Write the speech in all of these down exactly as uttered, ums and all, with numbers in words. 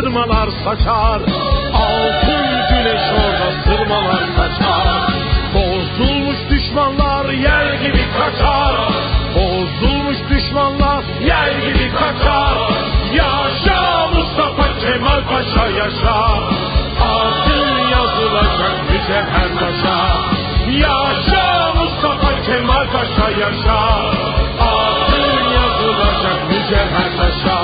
sırmalar saçar. Altın güneş orada sırmalar saçar. Bozulmuş düşmanlar yer gibi kaçar. Bozulmuş düşmanlar yer gibi kaçar. Yaşa Mustafa Kemal Paşa yaşa. Adın yazılacak mücevher taşa. Yaşa Mustafa Kemal Paşa yaşa. Adın yazılacak mücevher taşa.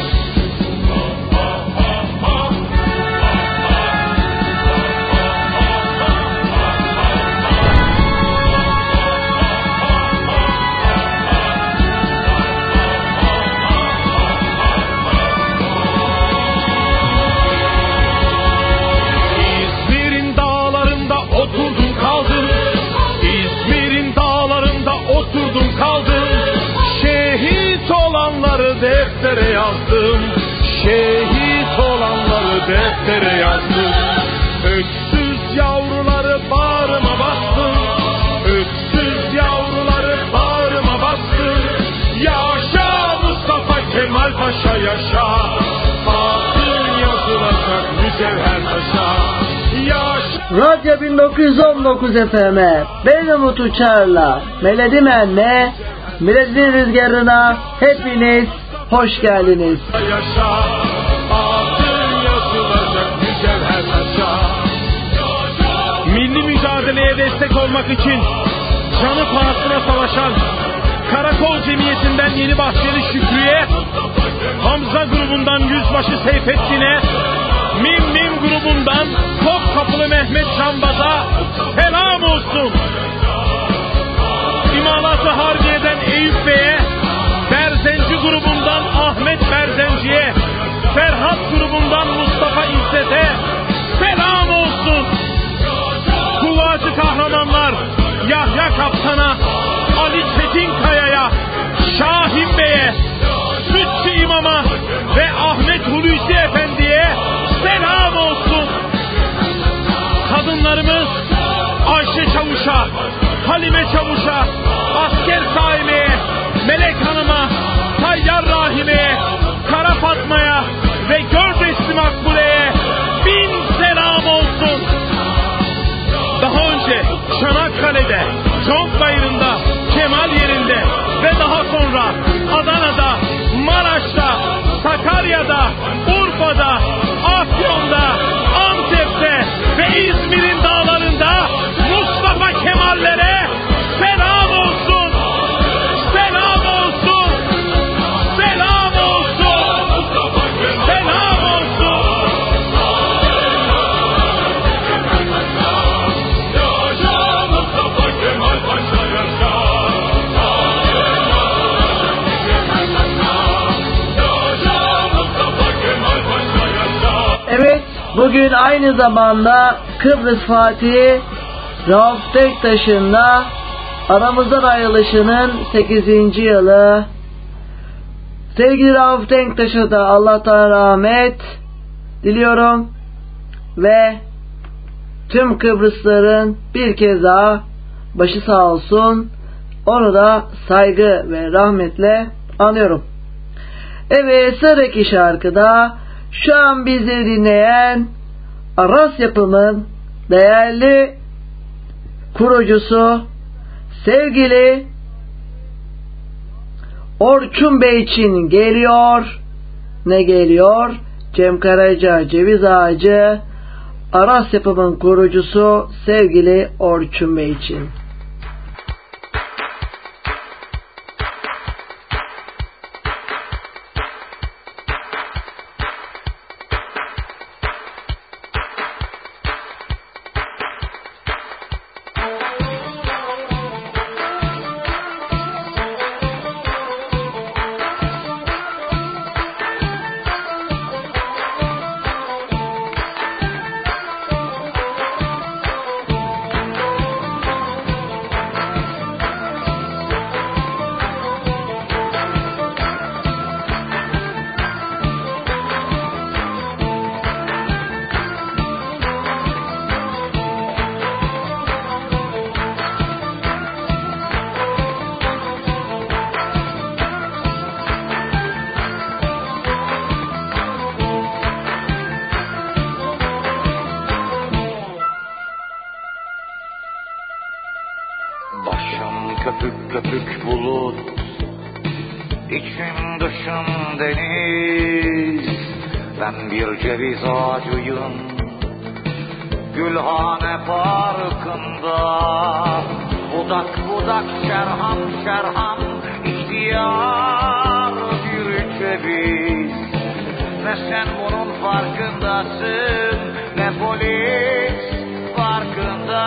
Deftere yazdım, şehit olanları deftere yazdım. Öksüz yavruları bağrıma bastım, öksüz yavruları bağrıma bastım. Yaşa Mustafa Kemal Paşa yaşa. Adın yazılacak mücevher taşa. Yaşa. Radyo bin dokuz yüz on dokuz F M, ben Umut Uçar'la Melodi Menne, Melodi Rüzgarı'na hepiniz hoş geldiniz. Yaşa, adın yazılacak mücevher taşa. Milli mücadeleye destek olmak için canı pahasına savaşan Karakol Cemiyeti'nden Yeni Bahçeli Şükrü'ye, Hamza grubundan Yüzbaşı Seyfettin'e, Mim Mim grubundan Topkapılı Mehmet Canbaz'a selam olsun. İmalatı Harbiye'den Eyüp Bey'e, Berzenci grubundan Ahmet Berzenci'ye, Ferhat grubundan Mustafa İzzet'e selam olsun. Kuvacı kahramanlar Yahya Kaptan'a, Ali Çetinkaya'ya, Şahin Bey'e, Sütçü İmam'a ve Ahmet Hulusi Efendi'ye selam olsun. Kadınlarımız Ayşe Çavuş'a, Halime Çavuş'a, Asker Saime'ye, Melek Hanım'a, Tayyar Rahime'ye, Kara Fatma'ya ve Gördesli Makbule'ye bin selam olsun. Daha önce Çanakkale'de, Conkbayırı'nda, Kemal yerinde ve daha sonra Adana'da, Maraş'ta, Sakarya'da, Urfa'da, Afyon'da, Antep'te ve İzmir'in dağlarında Mustafa Kemal'lere selam olsun. Selam olsun. Selam olsun. Selam olsun. Yaşa Mustafa Kemal Paşa yaşa. Yaşa Mustafa Kemal Paşa yaşa. Evet, bugün aynı zamanda Kıbrıs Fatihi Rauf Denktaş'ın da aramızdan ayrılışının sekizinci yılı. Sevgili Rauf Denktaş'a da Allah'tan rahmet diliyorum ve tüm Kıbrıslıların bir kez daha başı sağ olsun, onu da saygı ve rahmetle anıyorum. Evet, sıradaki şarkıda şu an bizi dinleyen Aras Yapım'ın değerli kurucusu sevgili Orçun Bey için geliyor. Ne geliyor? Cem Karaca, Ceviz Ağacı, Aras Yapım'ın kurucusu sevgili Orçun Bey için. köpük köpük bulut, İçim dışım deniz, ben bir ceviz ağacıyım, Gülhane Parkı'nda. Budak budak şerham şerham, ihtiyar bir ceviz. Ne sen bunun farkındasın, ne polis farkında.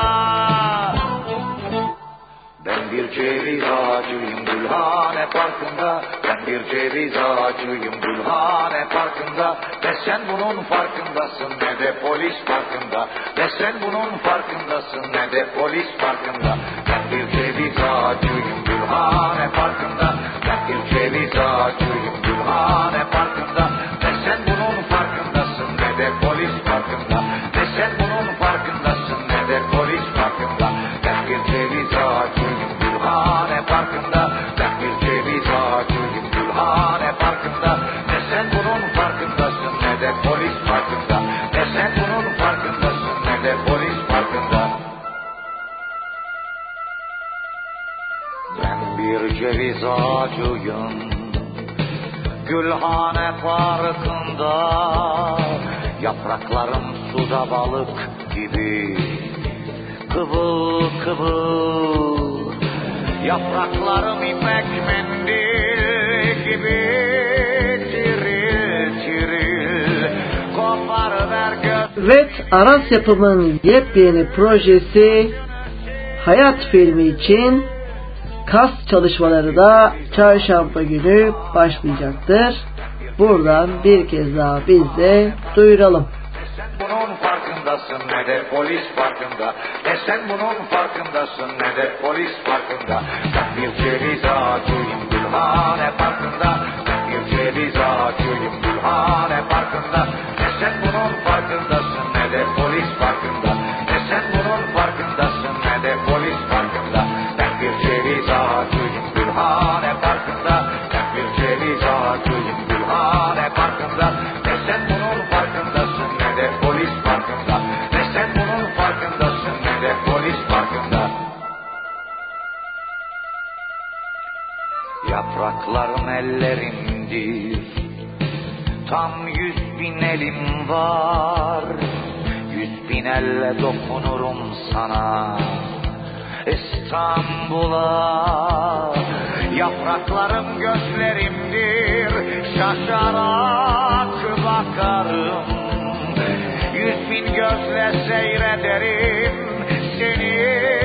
Ben bir ceviz ağacıyım Gülhane Parkı'nda. Ben bir ceviz ağacıyım Gülhane Parkı'nda. Ne sen bunun farkındasın, ne de polis farkında. Ne sen bunun farkındasın, ne de polis farkında. Ben bir ceviz ağacıyım Gülhane Parkı'nda. Ben bir ceviz ağacıyım Gülhane Parkı'nda. Ne sen bunun farkındasın, ne de polis farkında. Ne sen bunun farkındasın, ne de polis farkında. Ben bir ceviz ağacıyım Gülhane Parkı'nda. Ben bir ceviz ağacıyım Gülhane Parkı'nda. Ne sen bunun farkındasın, ne de polis farkında. Ne sen bunun farkındasın, ne de polis farkında. Ben bir ceviz ağacıyım Gülhane Parkı'nda. Yapraklarım suda balık gibi kıvıl kıvıl, yapraklarım ipek mendil gibi tiril tiril, koparıver göz. Evet, Aras Yapım'ın yepyeni projesi Hayat filmi için kast çalışmaları da çarşamba günü başlayacaktır. Buradan bir kez daha biz de duyuralım. Bunun farkındasın, ne de polis farkında. Ne sen bunun farkındasın, ne de polis farkında. Ben bir ceviz ağacıyım Gülhane Parkı'nda. Ben bir ceviz ağacıyım Gülhane Parkı'nda. Ne sen bunun farkındasın, ne de polis farkında. Ne sen bunun farkındasın, ne de polis farkında. Ben bir ceviz ağacıyım Gülhane Parkı'nda. Ben bir ceviz ağacıyım Gülhane Parkı'nda. Ne sen bunun farkındasın, ne de polis farkında. Ne sen bunun farkındasın, ne de polis farkında. Yapraklarım ellerimdir, tam yüz bin elim var. Yüz bin elle dokunurum sana İstanbul'a. Yapraklarım gözlerimdir, şaşarak bakarım. Yüz bin gözle seyrederim seni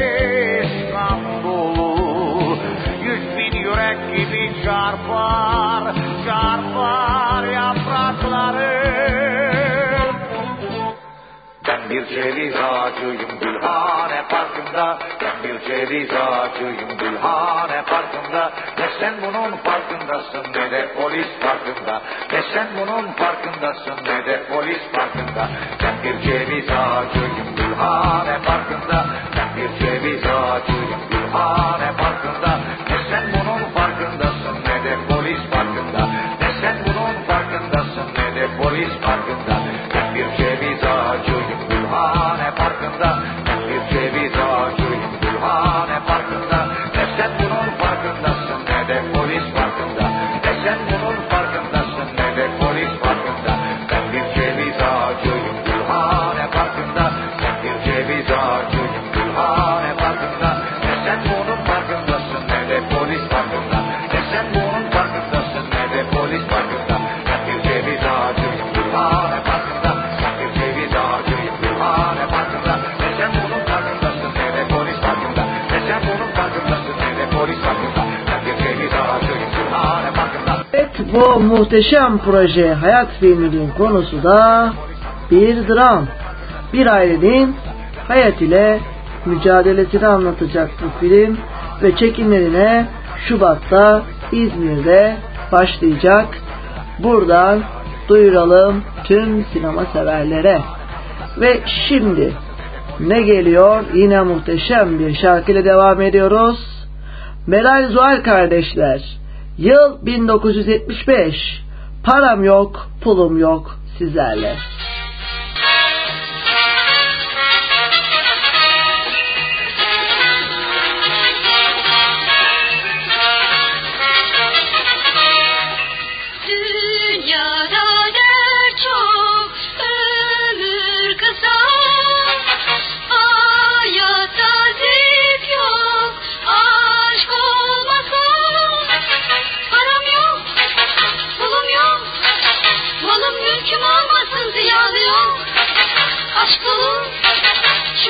İstanbul'u. Yüz bin yürek gibi çarpar, çarpar yapraklarım. Ben bir ceviz ağacıyım Gülhane Parkı'nda. Ben bir ceviz ağacıyım Gülhane Parkı'nda. Ne sen bunun farkındasın, ne de polis farkında. Ne sen bunun farkındasın, ne de polis farkında. Ben bir ceviz ağacıyım Gülhane Parkı'nda. Ben bir ceviz ağacıyım Gülhane Parkı'nda. Ne sen bunun farkındasın, ne de polis farkında. Ne sen bunun farkındasın, ne de polis farkında. Ben bir ceviz ağacıyım Gülhane Parkı'nda. Ben bir ceviz ağacıyım Gülhane Parkı'nda. Ne sen bunun farkındasın, ne de polis farkında. Ne sen bunun farkındasın, ne de polis farkında. Ben bir ceviz ağacıyım Gülhane Parkı'nda. Ben bir ceviz ağacıyım Gülhane Parkı'nda. Ne sen bunun farkındasın, ne de polis farkında. Ne sen bunun farkındasın, ne de polis farkında. Ben bir ceviz ağacıyım Gülhane Parkı'nda. Ben bir ceviz ağacıyım Gülhane Parkı'nda. Ne sen bunun farkındasın, ne de polis farkında. Ne sen bunun farkındasın, ne de polis farkında. Ben bir ceviz ağacıyım Gülhane Parkı'nda. Evet, bu muhteşem proje Hayat filminin konusu da bir dram. Bir ailenin hayat ile mücadelesini anlatacak bu film ve çekimlerine Şubat'ta İzmir'de başlayacak. Buradan duyuralım tüm sinema severlere. Ve şimdi ne geliyor? Yine muhteşem bir şarkıyla devam ediyoruz. Meral Zuhal kardeşler. Yıl bin dokuz yüz yetmiş beş. Param yok, pulum yok sizlerle.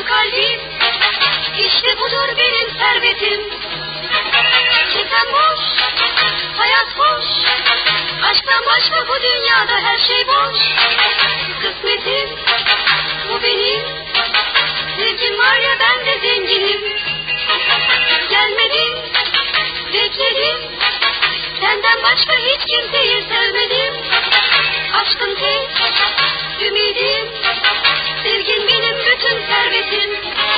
kalbim, işte budur benim servetim. Kefem boş, hayat boş, aşktan başka bu dünyada her şey boş. Kısmetim, bu benim, sevgim var ya ben de zenginim. Gelmedin, bekledim, senden başka hiç kimseyi sevmedim. Aşkın tek, ümidim, sevgin benim bütün servetim.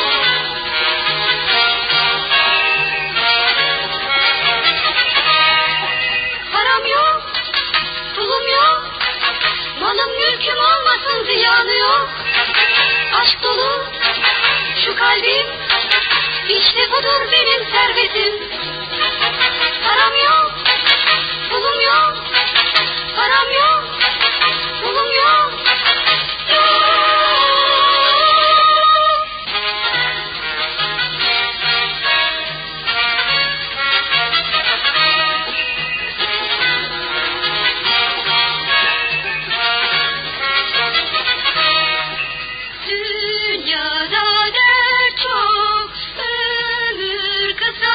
Haram yok, pulum yok, malım mülküm olmasın ziyanı yok. Aşk dolu şu kalbim, işte budur benim servetim. Haram yok, pulum yok, haram yok, pulum yok. Dünyada dert çok, ömür kısa,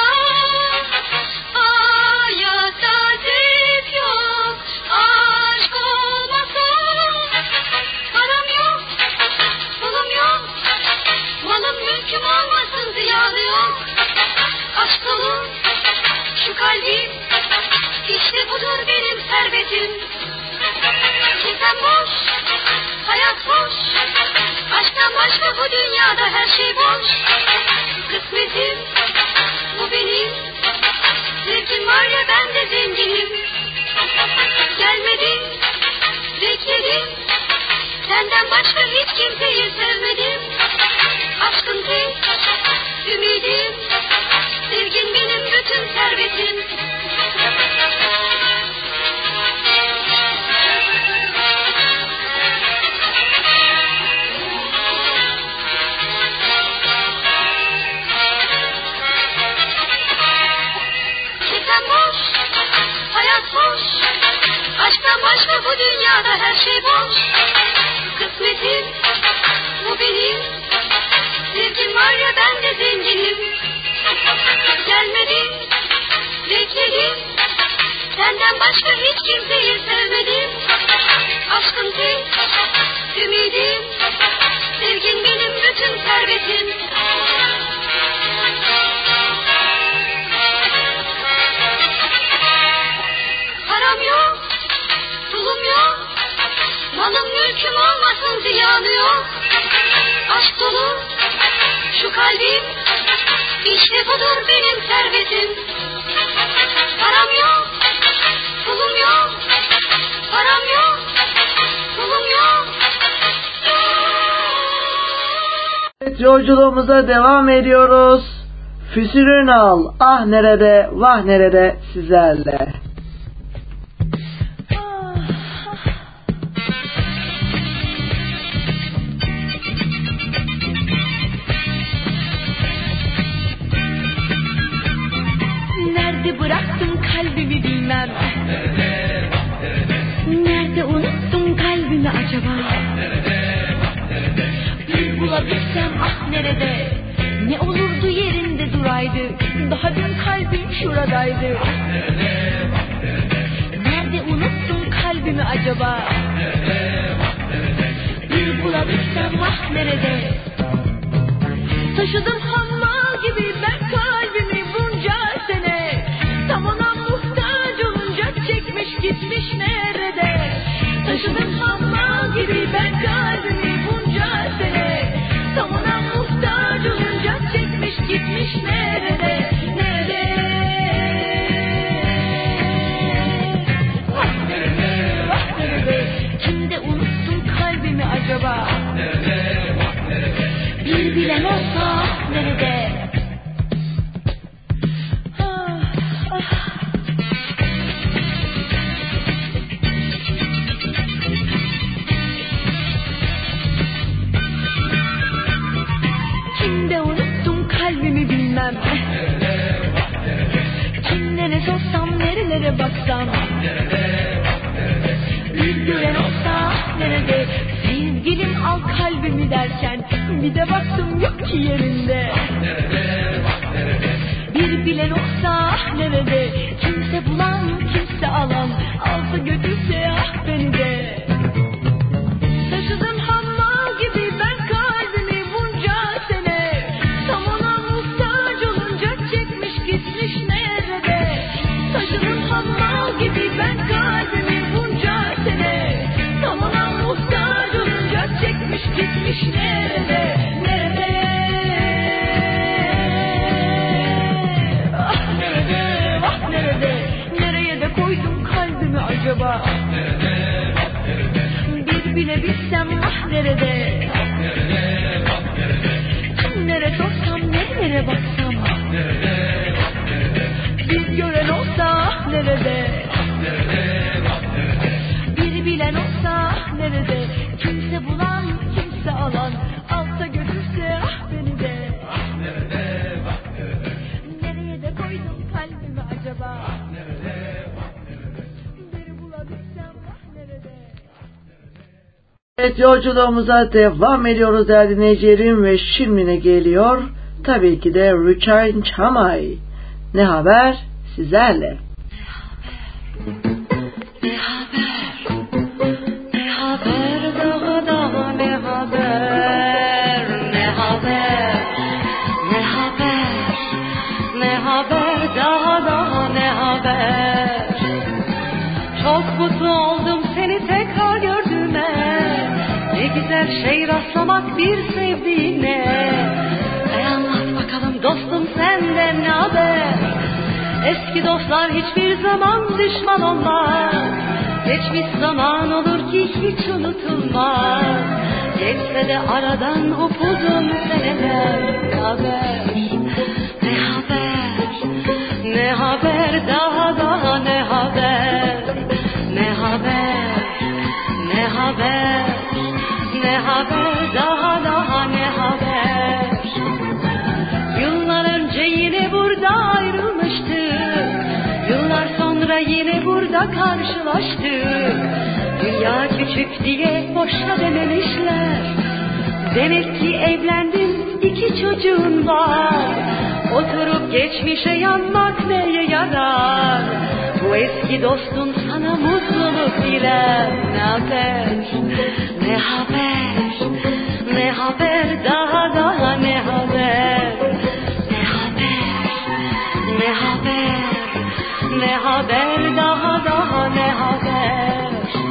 hayatta zevk yok, aşk olmasa. Param yok, pulum yok, malım mülküm olmasın ziyanı yok. Aşk dolu şu kalbim, işte budur benim servetim. Kefem boş, hayat boş, aşktan başka bu dünyada her şey boş. Kısmetim, bu benim, sevgim var ya ben de zenginim. Gelmedin, bekledim, senden başka hiç kimseyi sevmedim. Aşkın tek, ümidim, sevgin benim bütün servetim. Kefem boş, hayat boş, aşktan başka bu dünyada her şey boş. Kısmetim, bu benim, sevgim var ya ben de zenginim. Gelmedin, bekledim, senden başka hiç kimseyi sevmedim. Aşkın tek, ümidim, sevgin benim bütün servetim. Haram yok, pulum yok, malım mülküm olmasın ziyanı yok. Aşk dolu şu kalbim, işte budur benim servetim. Haram yok, pulum yok, haram yok, pulum yok. Evet, yolculuğumuza devam ediyoruz. Füsun Ünal, ah nerede, vah nerede sizlerle. Nerede bıraktım kalbimi bilmem. Nerede unuttum kalbimi acaba? Bir bulabilsem ah nerede? Ne olurdu yerinde duraydı. Daha dün kalbim şuradaydı. Nerede unuttum kalbimi acaba? Bir bulabilsem ah nerede? Taşıdım hammal gibi ben kalbimi bunca sene. Tam ona muhtaç olunca çekmiş gitmiş nerede? Taşıdım hammal gibi ben kalbimi bunca sene. Tam ona muhtaç olunca çekmiş gitmiş nerede? Nerede? Vah nerede? Vah nerede? Kimde unuttum kalbimi acaba? Bir bilen olsa nerede? kalbimi derken bir de baktım yok ki yerinde. Nerede, bak nerede? Bir bilen olsa nerede? Kimse bulan, kimse alan, alsa götürse ah beni de. Taşıdım hammal gibi ben kalbimi bunca sene. Tam ona muhtaç olunca çekmiş gitmiş nerede? Taşıdım hammal gibi ben kalbimi bunca sene. Tam ona muhtaç olunca çekmiş gitmiş nerede? Nerede? Ah nerede? Ah nerede? Nereye de koydum kalbimi acaba? Nerede, bak nerede? Bir bile bilsem ah nerede? Nerede, bak nerede? Nere sorsam nerelere baksam Nerede, bak nerede? bir gören olsa ah nerede? Nerede, bak nerede? Bir bilen olsa ah nerede? Kimse bulan kimse alan, alsa götürse ah beni de. Nerede, bak nerede? Nereye de koydum kalbimi acaba? Nerede, bak nerede? Bir bulabilsem ah nerede? Evet, yolculuğumuza devam ediyoruz değerli dinleyicilerim ve şimdi ne geliyor? Tabii ki de Rüçhan Çamay. Ne haber sizlerle? Ne haber? Ne haber daha daha ne haber? Ne haber? Ne haber? Ne haber daha daha ne haber? Çok mutlu oldum seni tekrar gördüğüme. Ne güzel şey rastlamak bir sevdiğine. E anlat bakalım dostum senden ne haber? Eski dostlar hiçbir zaman düşman olmaz. Geçmiş zaman olur ki hiç unutulmaz. Geçse de aradan upuzun seneler. Ne haber? Ne haber? Ne haber daha daha ne haber? Ne haber? Ne haber? Ne haber daha daha ne haber? Yıllar önce yine burada ayrılmıştık. Yıllar sonra yine burada karşılaştık. Dünya küçük diye boşa dememişler. Demek ki evlendin, iki çocuğun var. Oturup geçmişe yanmak neye yarar? Bu eski dostun sana mutluluk diler. Ne haber? Ne haber? Ne haber daha daha ne haber? Ne haber? Ne haber? Ne haber daha daha ne haber?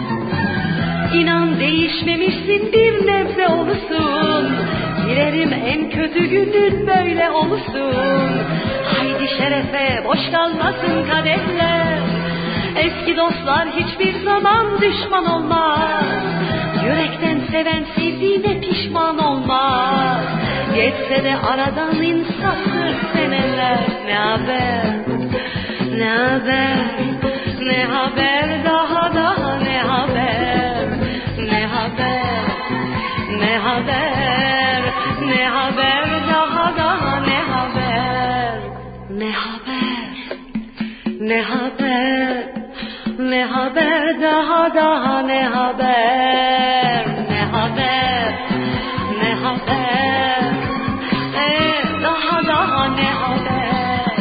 İnan değişmemişsin bir nebze olursun. Girerim en kötü günün böyle olursun. Haydi şerefe boş kalmasın kadehler. Eski dostlar hiçbir zaman düşman olmaz. Yürekten seven sevdiğine pişman olmaz. Geçse de aradan insafsız seneler. Ne haber? Ne haber? Ne haber daha daha ne haber? Ne haber? Ne haber? Ne haber daha daha ne haber? Ne haber? Ne haber? Ne haber daha daha ne haber? Ne haber? Ne haber? Ee, daha daha ne haber?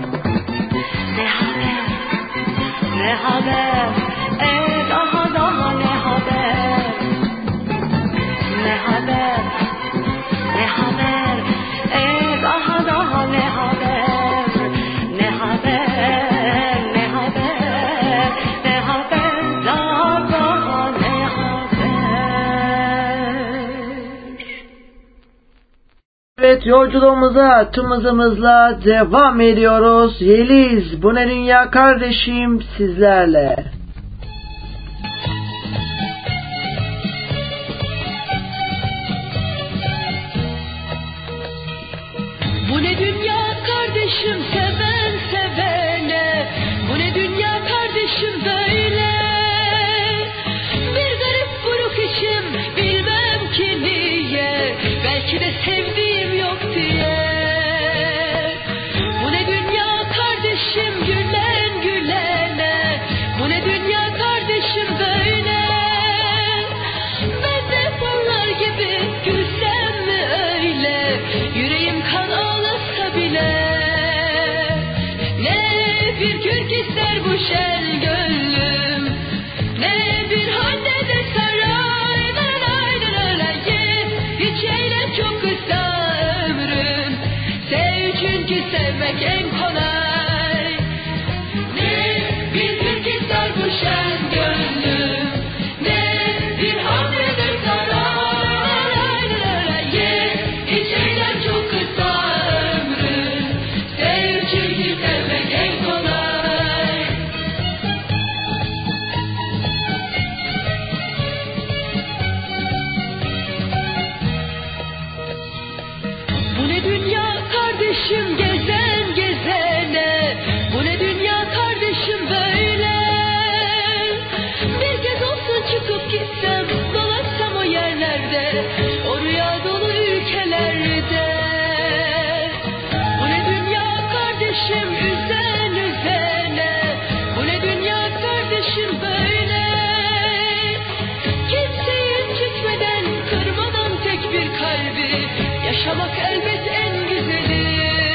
Ne haber? Ne haber? Ee, daha daha ne haber? Ne haber? Ne haber? Ee, daha daha ne haber? Ne haber? Ne haber? Ne haber? Daha daha ne haber? Evet, yolculuğumuza tüm hızımızla devam ediyoruz. Yeliz, bu ne dünya kardeşim sizlerle. Bu ne dünya kardeşim seven sevene. Bu ne dünya kardeşim böyle. Bir garip buruk içim bilmem ki niye. Belki de sevdiğim yok diye. Bu ne dünya kardeşim gülen gülene. Bu ne dünya kardeşim böyle. Ben de fallar gibi şen gönlüm, ne bir hallede saray, lay lay lay lay ye, hiç eyle çok kısa ömrün, sev çünkü sevmek en kolay. Ne bir Türk ister bu şen gönlüm, ne bir hallede saray, lay lay lay ye, hiç eyle çok kısa ömrün, sev çünkü sevmek en kolay. Bu ne dünya kardeşim gezen gezene, bu ne dünya kardeşim böyle. Bir kez olsun çıkıp gitsem, dolaşsam o yerlerde, o rüya dolu ülkelerde. Bu ne dünya kardeşim üzen üzene, bu ne dünya kardeşim böyle. Kimseyi incitmeden, kırmadan tek bir kalbi, yaşamak elbet en güzeli.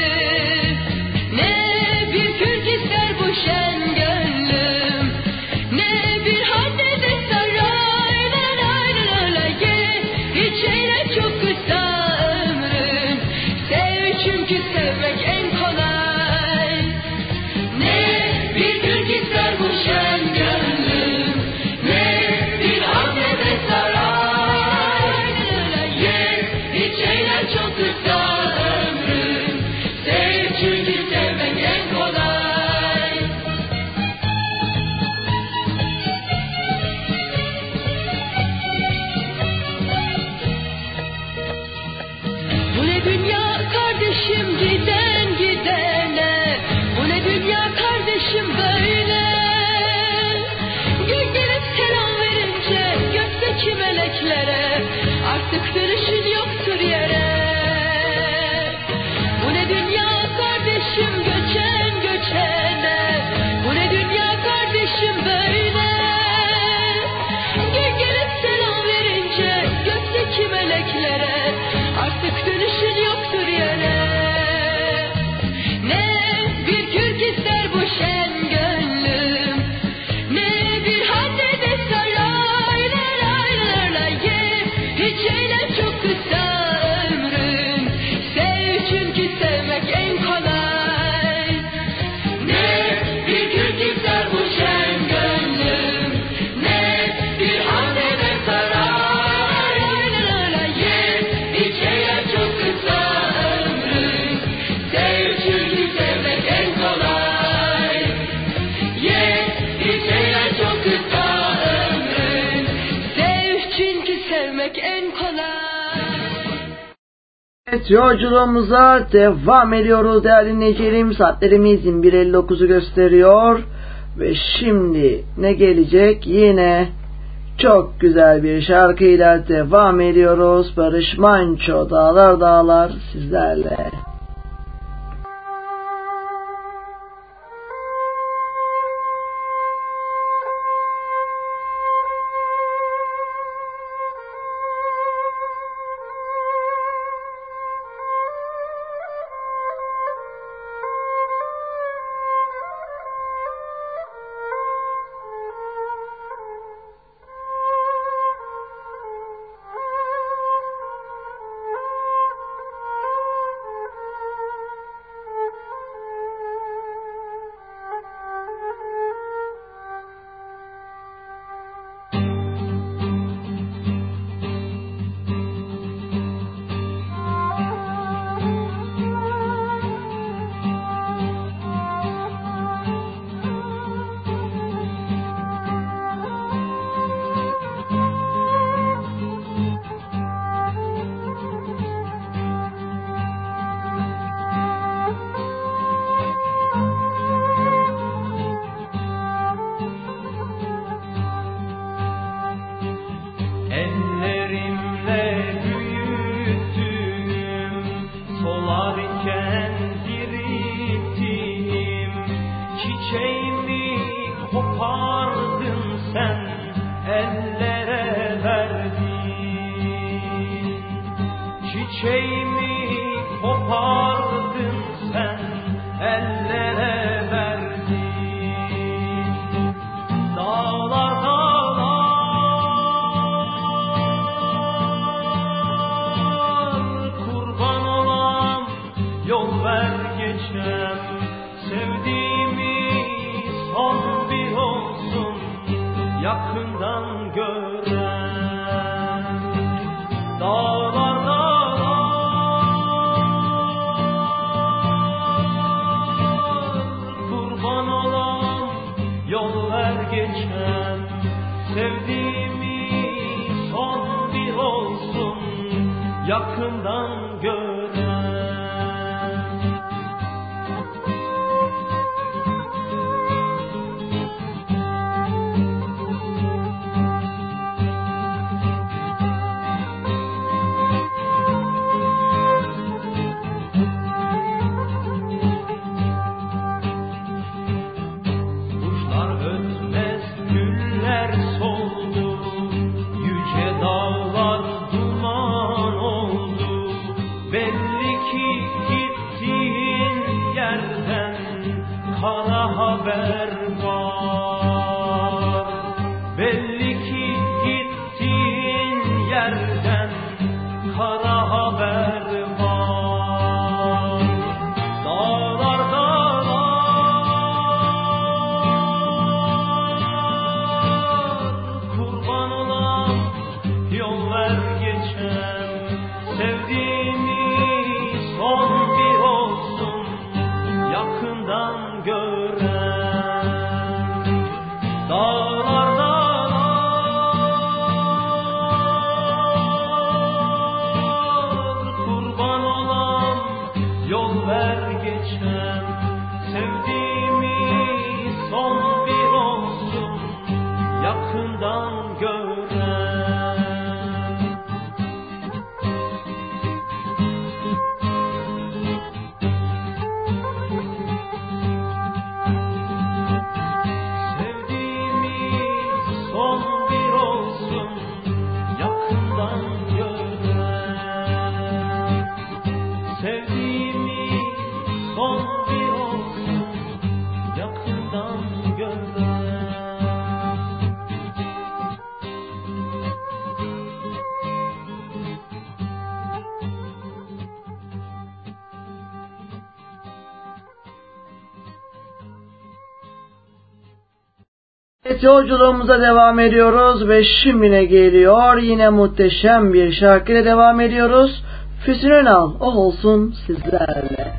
Ne bir kürk ister bu şen gönlüm, ne bir haddede saray, lay lay lay lay ye, hiç eyle çok kısa ömrün, sev çünkü sevmek en kolay. Ne bir kürk ister bu şen gönlüm, ne bir haddede saray, lay lay lay ye, hiç eyle çok kısa ömrün, sev çünkü sevmek en kolay. Bu ne dünya kardeşim giden gidene, bu ne dünya kardeşim böyle. Gün gelip selam verince gökteki meleklere, artık dönüşün yoktur yere. Bu ne dünya kardeşim göçen göçene, bu ne dünya kardeşim böyle. Gün gelip selam verince gökteki meleklere, artık dönüşün yoktur yere. Ne bir kürk ister bu şen gönlüm, ne bir haddede saray, lay lay lay lay ye, hiç eyle çok kısa ömrün, sev çünkü sevmek en kolay. Ne bir kürk ister bu şen gönlüm, ne bir haddede saray, lay lay lay ye, hiç eyle çok kısa ömrün, sev çünkü sevmek en kolay. Ye, hiç eyle çok kısa ömrün, sev çünkü sevmek en kolay. Evet, yolculuğumuza devam ediyoruz değerli dinleyicilerim. Saatlerimizin bir elli dokuzu gösteriyor. Ve şimdi ne gelecek? Yine çok güzel bir şarkıyla devam ediyoruz. Barış Manço, Dağlar Dağlar sizlerle. kopardın sen, ellere verdin. yakından gören. Evet, yolculuğumuza devam ediyoruz ve şimdi ne geliyor? Yine muhteşem bir şarkıyla devam ediyoruz. Füsun Önal, o olsun sizlerle.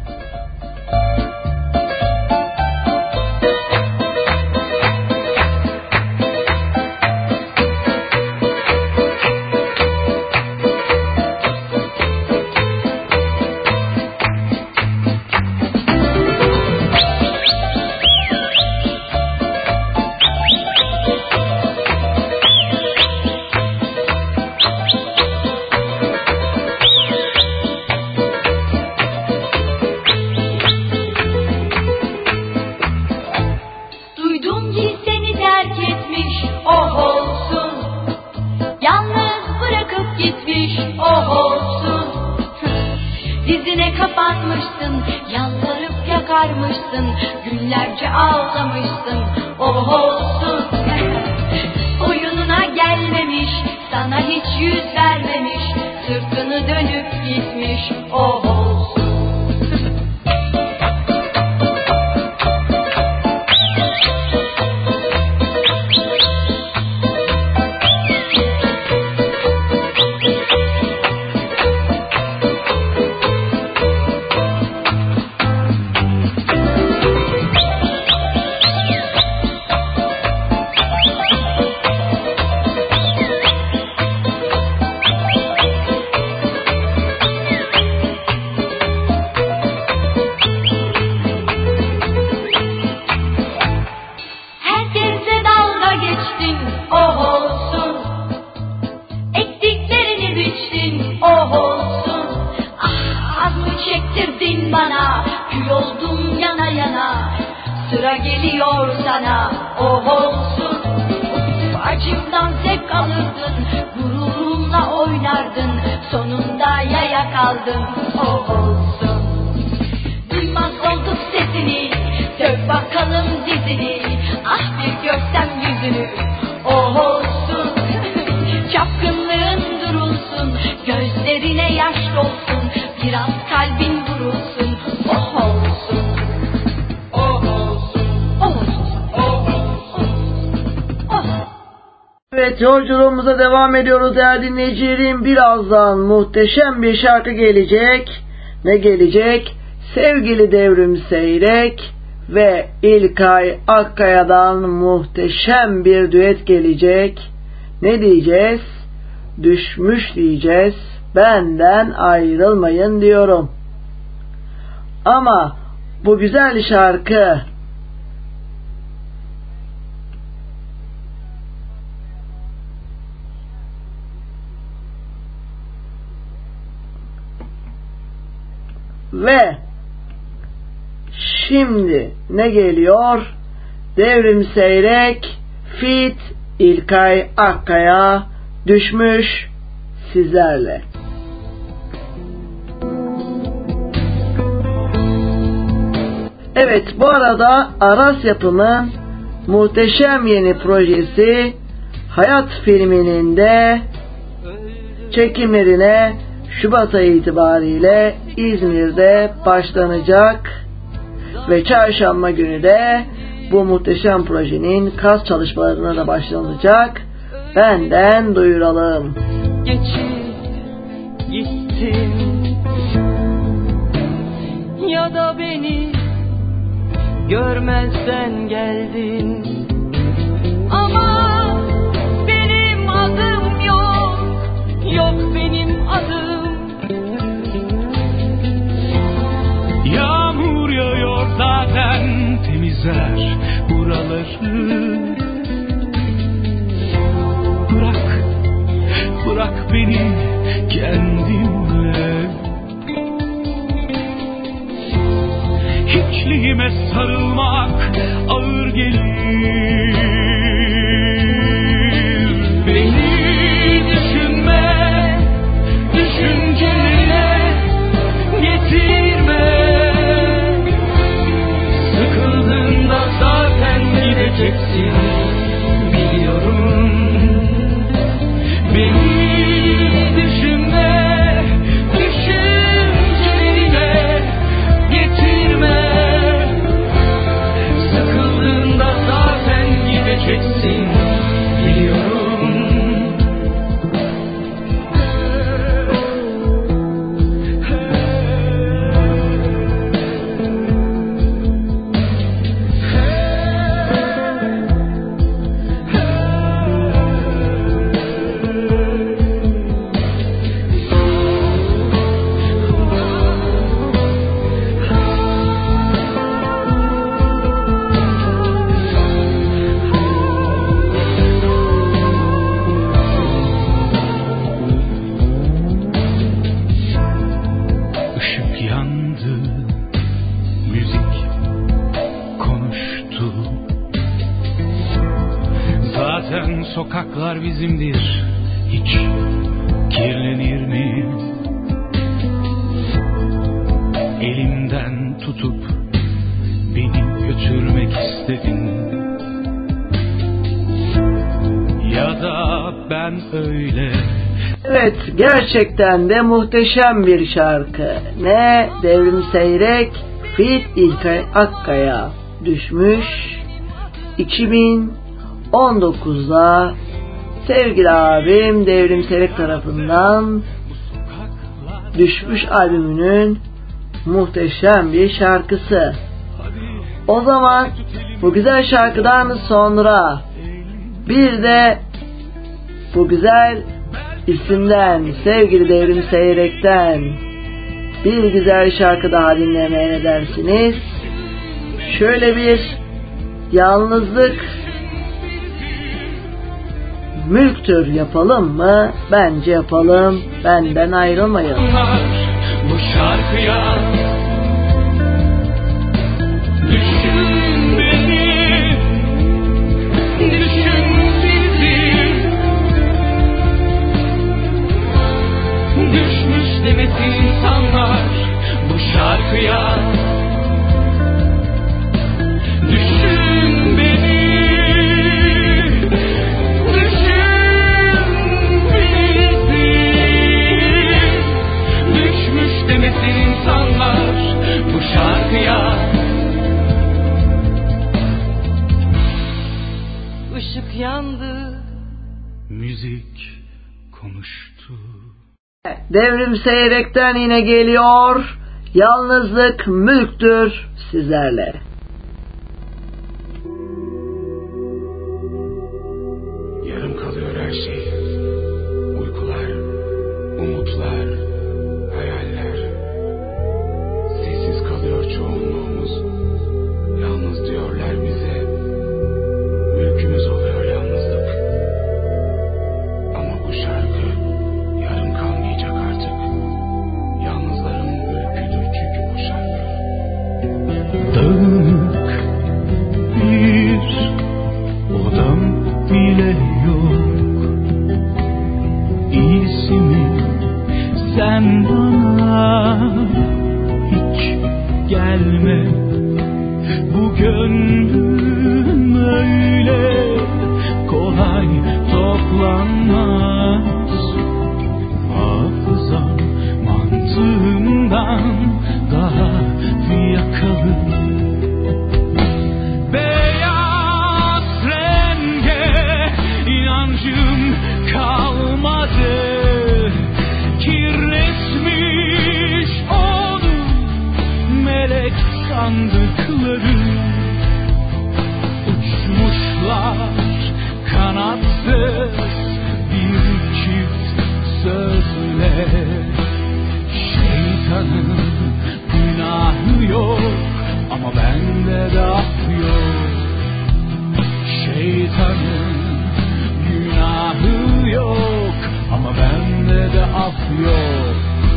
Yolculuğumuza devam ediyoruz değerli dinleyicilerim. Birazdan muhteşem bir şarkı gelecek. Ne gelecek? Sevgili Devrim Seyrek ve İlkay Akkaya'dan muhteşem bir düet gelecek. Ne diyeceğiz? Düşmüş diyeceğiz. benden ayrılmayın diyorum. Ama bu güzel şarkı ve şimdi ne geliyor? Devrim Seyrek feat. İlkay Akkaya, Düşmüş sizlerle. Evet, bu arada Aras Yapım'ın muhteşem yeni projesi Hayat filminin de çekimlerine Şubat ayı itibariyle İzmir'de başlanacak ve çarşamba günü de bu muhteşem projenin kas çalışmalarına da başlanacak. Benden duyuralım. Geçip gittin ya da beni görmezden geldin, ama benim adım yok, yok benim adım. Yağmur yağıyor zaten, temizler buraları. Bırak, bırak beni kendimle. Hiçliğime sarılmak ağır gelir. Beni düşünme, düşüncelerine getirme. Sıkıldığında zaten gideceksin, biliyorum. Beni düşünme, düşüncelerine getirme. Sıkıldığında zaten gideceksin, biliyorum. Işık yandı, müzik konuştu. Zaten sokaklar bizimdir, hiç kirlenir mi? Elimden tutup beni götürmek istedin. Ya da ben öyle. Evet, gerçekten de muhteşem bir şarkı. Ne? Devrim Seyrek feat. İlkay Akkaya, Düşmüş. iki bin on dokuzda sevgili abim Devrim Seyrek tarafından Düşmüş albümünün muhteşem bir şarkısı. O zaman bu güzel şarkıdan sonra bir de bu güzel isimden, sevgili Devrim Seyrek'ten bir güzel şarkı daha dinlemeye ne dersiniz? Şöyle bir yalnızlık mülktür yapalım mı? Bence yapalım. Benden ayrılmayın. Bu şarkıya düşün beni, düşün bizi. Düşmüş demesin insanlar bu şarkıya. Düşün beni, düşün bizi. Düşmüş demesin insanlar bu şarkıya. Işık yandı, Müzik konuştu. Devrim Seyrek'ten yine geliyor. Yalnızlık mülktür sizlerle. Yarım kalıyor her şey. Uykular, umutlar, dağınık bir odam bile yok. İyisi mi sen bana hiç gelme. Bu gönlüm öyle kolay toplanmaz. Hafızam mantığımdan daha fiyakalı. Beyaz renge inancım kalmadı. Kirletmiş onu melek sandıkları. Uçmuşlar kanatsız bir çift sözle. Şeytanın günahı yok ama bende de af yok. Şeytanın günahı yok ama bende de af yok.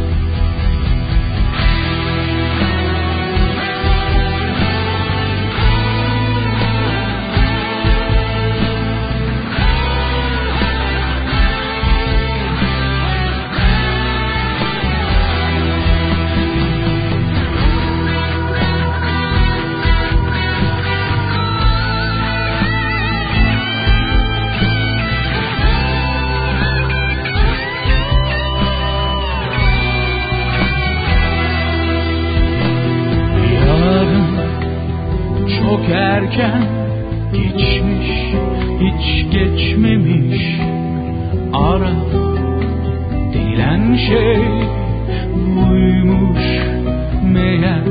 Çok erken geçmiş, hiç geçmemiş. Ara denilen şey buymuş meğer.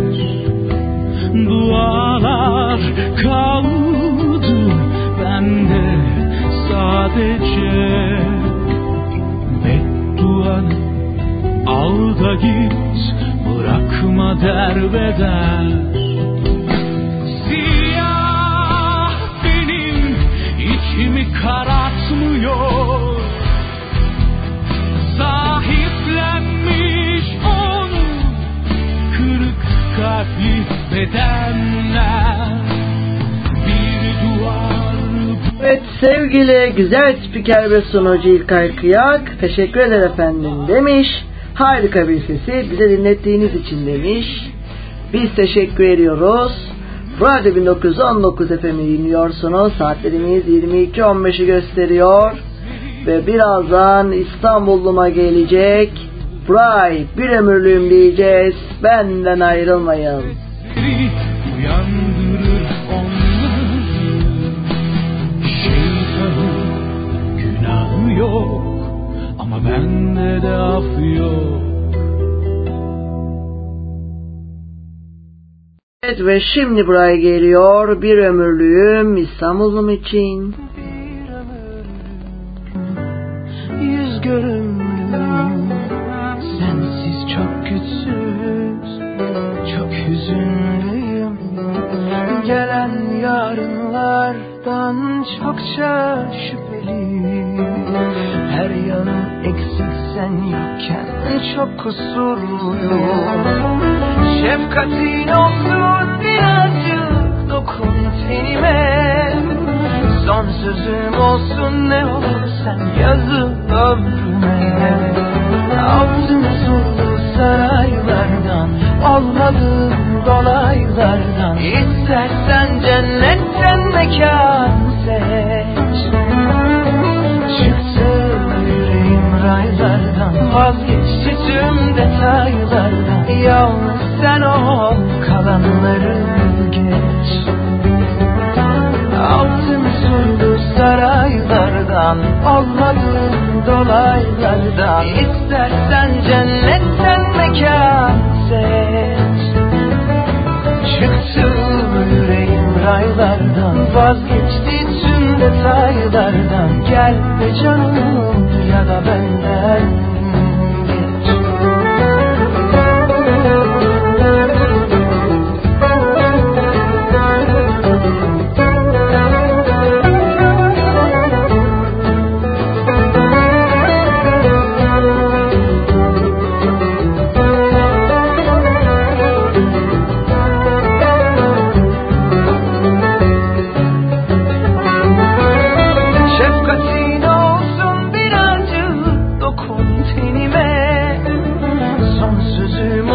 Dualar kaldı bende sadece. Bedduanı al da git, bırakma derbeder. İçimi karartmıyor. Sahiplenmiş onu kırık kalpli bedenler. Bir duvar. Evet sevgili güzel spiker ve sunucu İlkay Kıyak, teşekkür ederim efendim demiş. Harika bir sesi bize dinlettiğiniz için demiş. Biz teşekkür ediyoruz. Radyo bin dokuz yüz on dokuz F M'i dinliyorsunuz. Saatlerimiz yirmi iki on beşi gösteriyor. Ve birazdan İstanbul'uma gelecek. Bright bir ömürlüğüm diyeceğiz. Benden ayrılmayın. Uyandırır onları. Şeytanın günahı yok ama bende de af yok. Evet ve şimdi buraya geliyor bir ömürlüğüm İstanbul'um için. Yüz görümlüm sensiz çok güçsüz, çok hüzünlüyüm. Gelen yarınlardan çokça şüpheliyim. Her yanım eksik sen yokken çok kusurluyum. Şefkatin olsun birazcık dokun tenime. Son sözüm olsun ne olur sen yazı ömrüme. Altın surlu saraylardan, olmadığım dolaylardan. İstersen cennetten mekan seç. Çıktı yüreğim raylardan, vazgeçti tüm detaylardan. Yalnız sen ol, kalanları geç. Altın surlu saraylardan, olmadığım dolaylardan. İstersen cennetten mekan seç. Çıktı yüreğim raylardan, vazgeçti tüm detaylardan. Gel be canım ya da benden geç.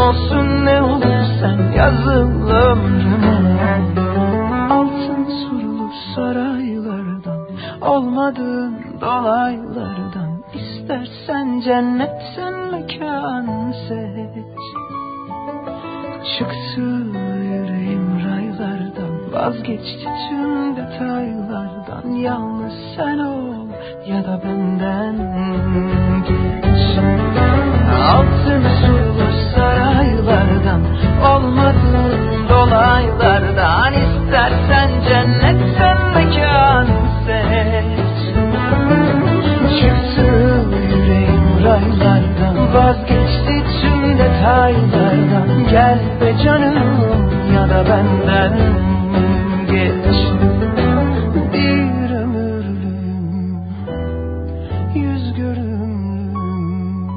olsun ne olursan yazıl ömrüme. Altın surlu saraylardan, olmadığın dolaylardan, İstersen cennetten mekan seç. Çıktı yüreğim raylardan, vazgeçti tüm detaylardan. Yalnız sen ol ya da benden geç. Altın surlu saraylardan, olmadığın dolaylardan, İstersen cennetten mekan seç. Çıktı yüreğim raylardan, vazgeçti tüm detaylardan. Gel be canım ya da benden geç. Bir ömürlüğüm, yüz görümlüğüm.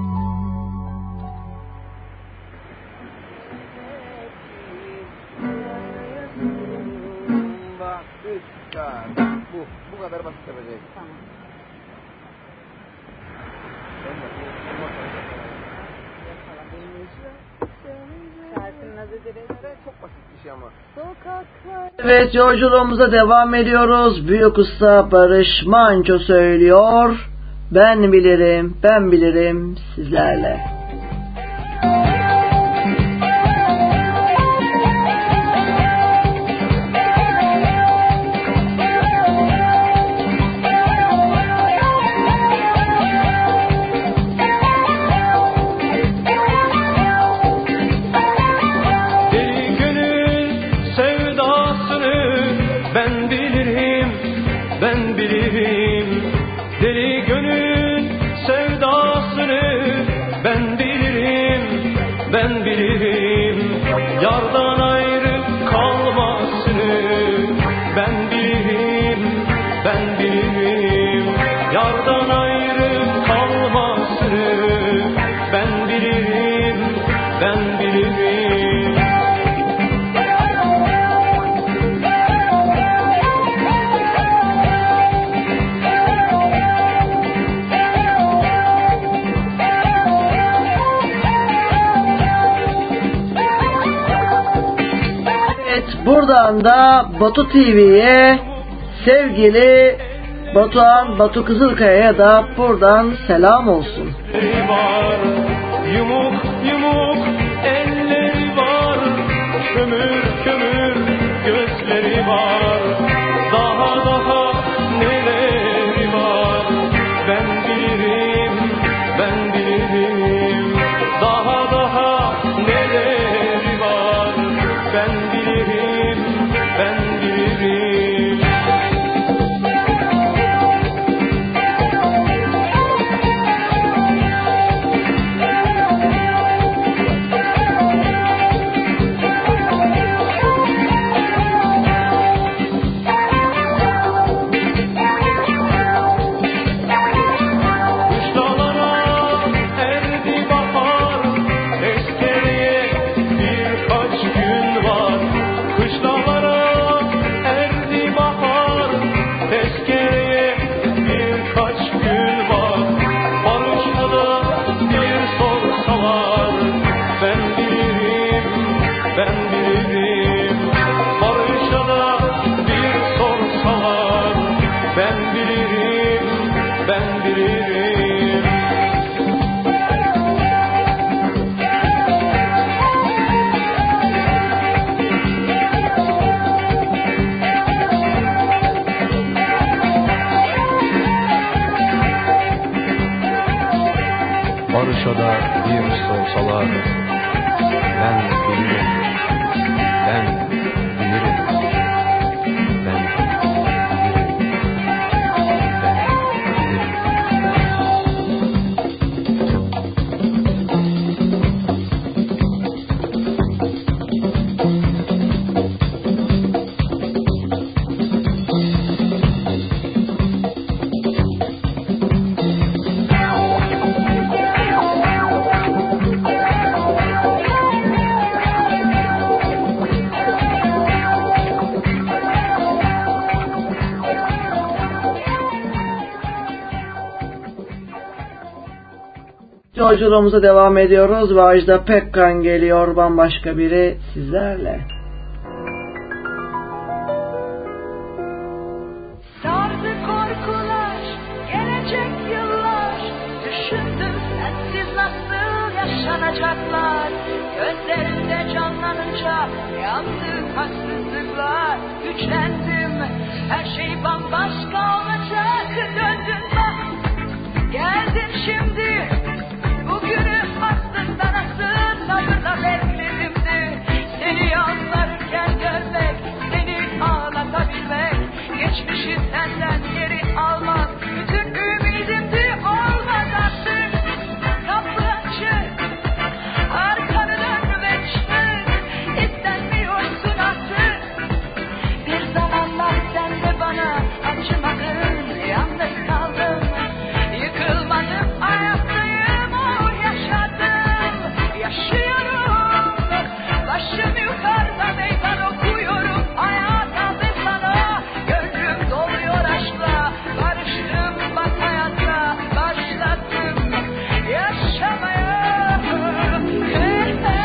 Bak, üç, dört. Bu, bu kadar basit yapacağız. Tamam. Çok basit bir şey ama. Evet, yolculuğumuza devam ediyoruz. Büyük usta Barış Manço söylüyor. Ben bilirim, ben bilirim sizlerle. Yardan ayrı kalmasını ben bilirim, ben bilirim. Yardan ayrı kalmasını ben bilirim, ben bilirim. Buradan da Batu T V'ye sevgili Batuhan Batu Kızılkaya'ya da buradan selam olsun. Var, yumuk yumuk elleri var, kömür kömür gözleri var, daha daha neleri var, ben bilirim, ben bilirim, daha daha neleri var, ben bilirim, ben bilirim. Barışa'da bir sorsalar, ben bilirim, ben bilirim, ben bilirim, ben bilirim. yolculuğumuza devam ediyoruz ve Ajda Pekkan geliyor, bambaşka biri sizlerle. Sardı korkular, gelecek yıllar. Düşündüm sensiz nasıl yaşanacaklar. Gözlerinde canlanınca yandı haksızlıklar. Güçlendim, her şey bambaşka olacak. Döndün bak, geldin şimdi. Bugünü aslında nasıl sabırla bekledimdi. Seni yalvarırken görmek, seni ağlatabilmek. Geçmişi senden geri almak, bütün ümidimdi, olmaz artık. Kapı açık, arkanı dön ve çık. İstenmiyorsun artık. Bir zamanlar sen de bana acımadın, yalnız kaldım. Yıkılmadım, ayaktayım, o yaşadım. Yaşıyorum, başım yukarıda meydan okuyorum. Hayata ve sana gönlüm doluyor aşkla. Barıştım bak hayata, başladım yaşamaya. Hey, hey.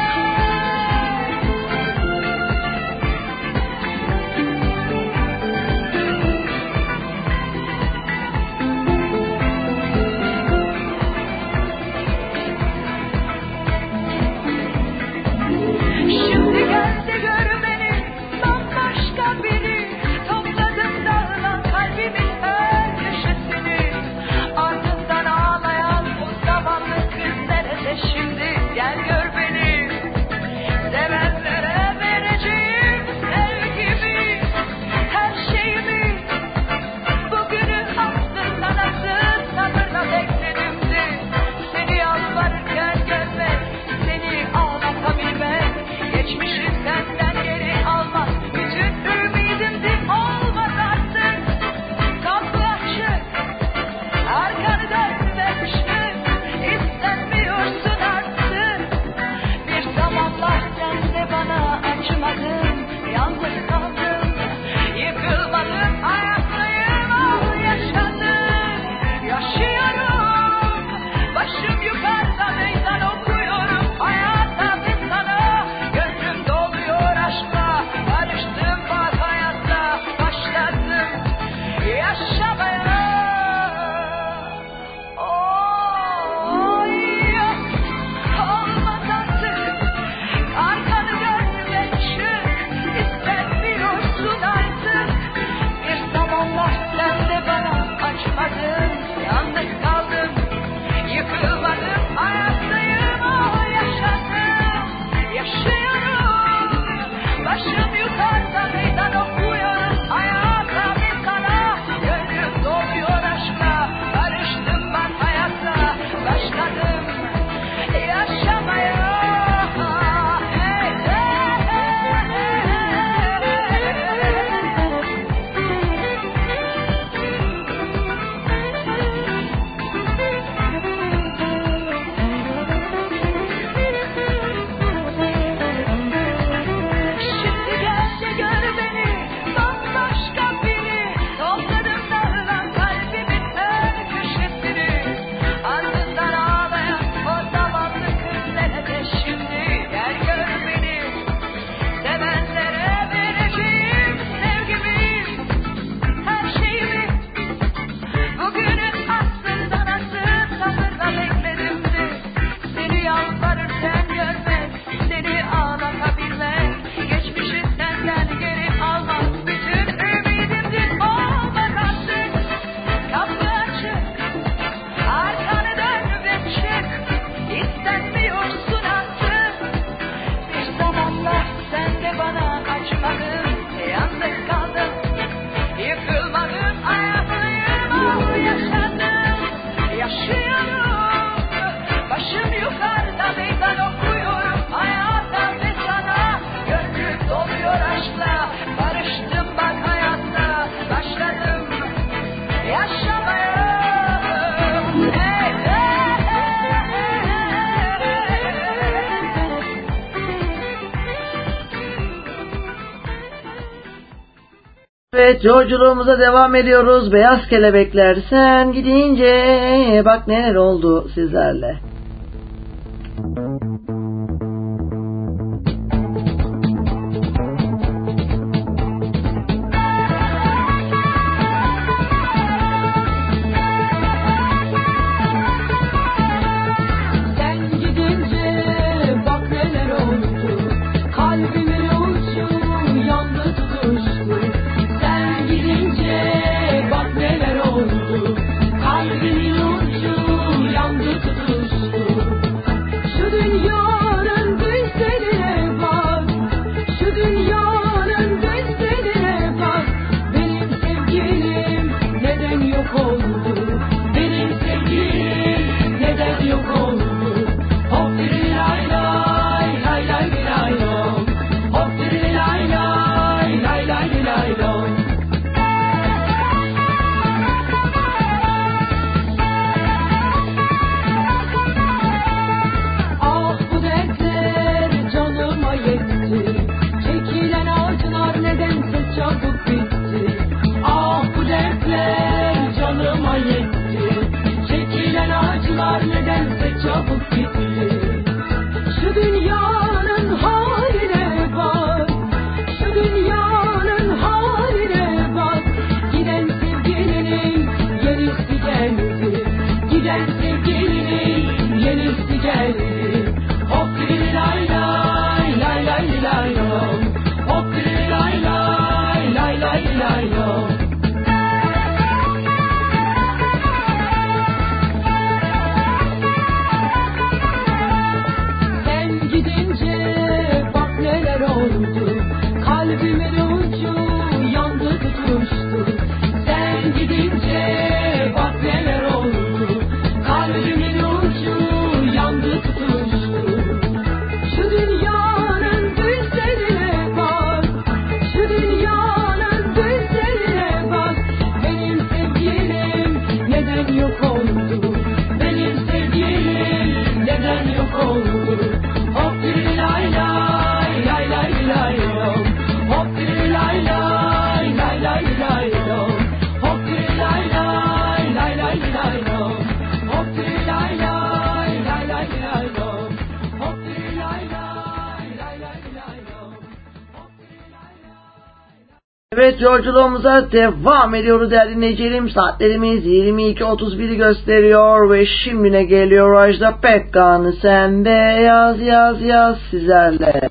Şimdi gel de gör beni, bambaşka biri. Topladım dağılan kalbimin her köşesini. Ardından ağlayan o zavallı kız nerede şimdi? Gel gör beni. Sevenlere vereceğim sevgimi, her şeyimi. Bugünü aslında nasıl sabırla bekledimdi. Seni yalvarırken görmek, seni ağlatabilmek. Geçmişi senden geri almak, bütün ümidimdi, olmaz artık. Kapı açık, arkanı dön ve çık. İstenmiyorsun artık. Bir zamanlar sen de bana acımadın, yalnız kaldım. Yıkılmadım, ayaktayım, ah yaşadım. Yaşıyorum, başım yukarıda meydan okuyorum. Hayata ve sana gönlüm doluyor aşkla. Barıştım bak hayatta, başladım yaşamaya. Oy, olmaz artık. Arkanı dön ve çık. İstenmiyorsun artık. Bir zamanlar sen de bana acımadın, yalnız kaldım. Yıkılmadım, ayaktayım, oh yaşadım. Yaşıyorum, başım yukarıda meydan okuyorum. Hayata ve sana gönlüm doluyor aşkla. Barıştım bak hayatta, başladım yaşamaya. Hey, hey, Şimdi gel de gör beni, bambaşka biri. Topladım dağılan kalbimin her köşesini. Ardından ağlayan o zavallı kız nerede şimdi? Gel gör beni. Sevenlere vereceğim sevgimi, her şeyimi. Bugünü aslında nasıl sabırla bekledimdi. Seni yalvarırken görmek, seni ağlatabilmek. Geçmişi senden geri almak, bütün ümidimdi, olmaz artık. Kapı açık, arkanı dön ve çık. İstenmiyorsun artık. Bir zamanlar sen de bana acımadın, yalnız kaldım. Yıkılmadım, ayaktayım, ah yaşadım. Yaşıyorum, başım yukarıda meydan okuyorum. Hayata ve sana gönlüm doluyor aşkla. Barıştım bak hayatta, başladım yaşamaya. Hey, hey, Evet, yolculuğumuza devam ediyoruz. Beyaz Kelebekler, sen gidince bak neler oldu sizlerle. Evet, yolculuğumuza devam ediyoruz değerli dinleyicilerim. Saatlerimiz yirmi iki otuz biri gösteriyor ve şimdi ne geliyor? Ajda Pekkan Sen de yaz yaz yaz sizlerle.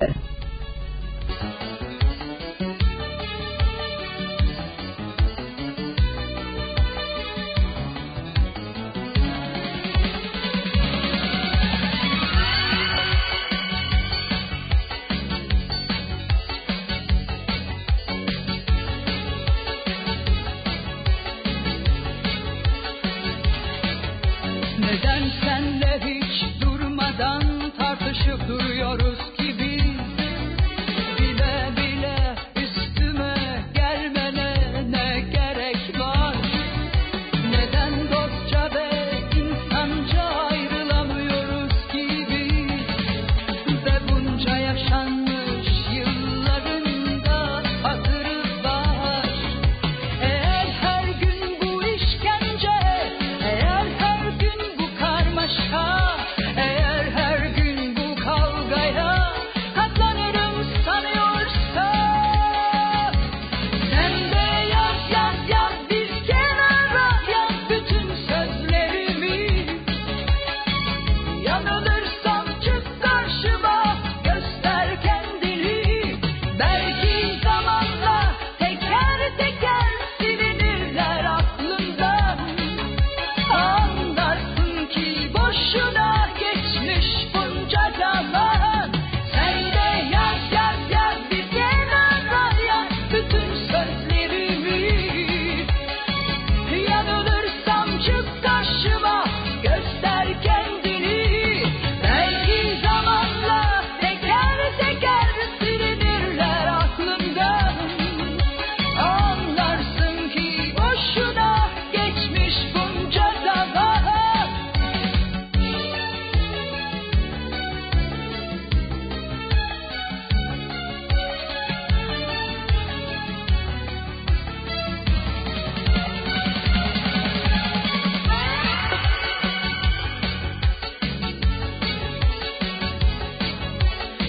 Eğer her gün bu kavgaya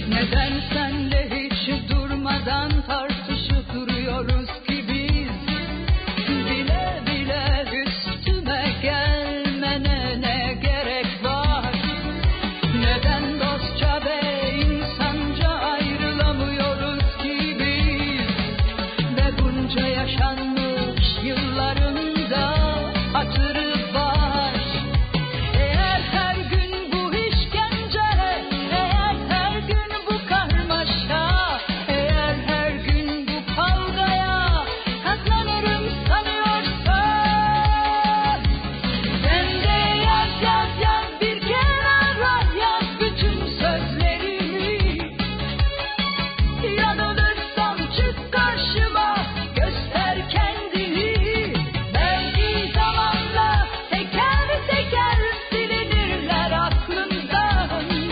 Neden senle hiç durmadan tartışıp duruyoruz ki biz? Bile bile üstüme gelmene ne gerek var? Neden dostça ve insanca ayrılamıyoruz ki biz? Ve bunca yaşanmış yıllarında hatırı var. Eğer her gün bu işkence, eğer her gün bu karmaşa, eğer her gün bu kavgaya katlanırım sanıyorsan, sen de yaz yaz yaz bir kenara yaz bütün sözlerimi. Yanılırsam çık karşıma, göster kendini. Belki zamanla teker teker silinirler aklımdan.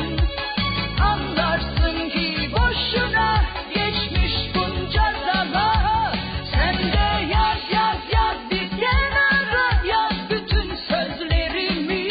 Anlarsın ki boşuna geçmiş bunca zaman. Sen de yaz yaz yaz bir kenara yaz bütün sözlerimi.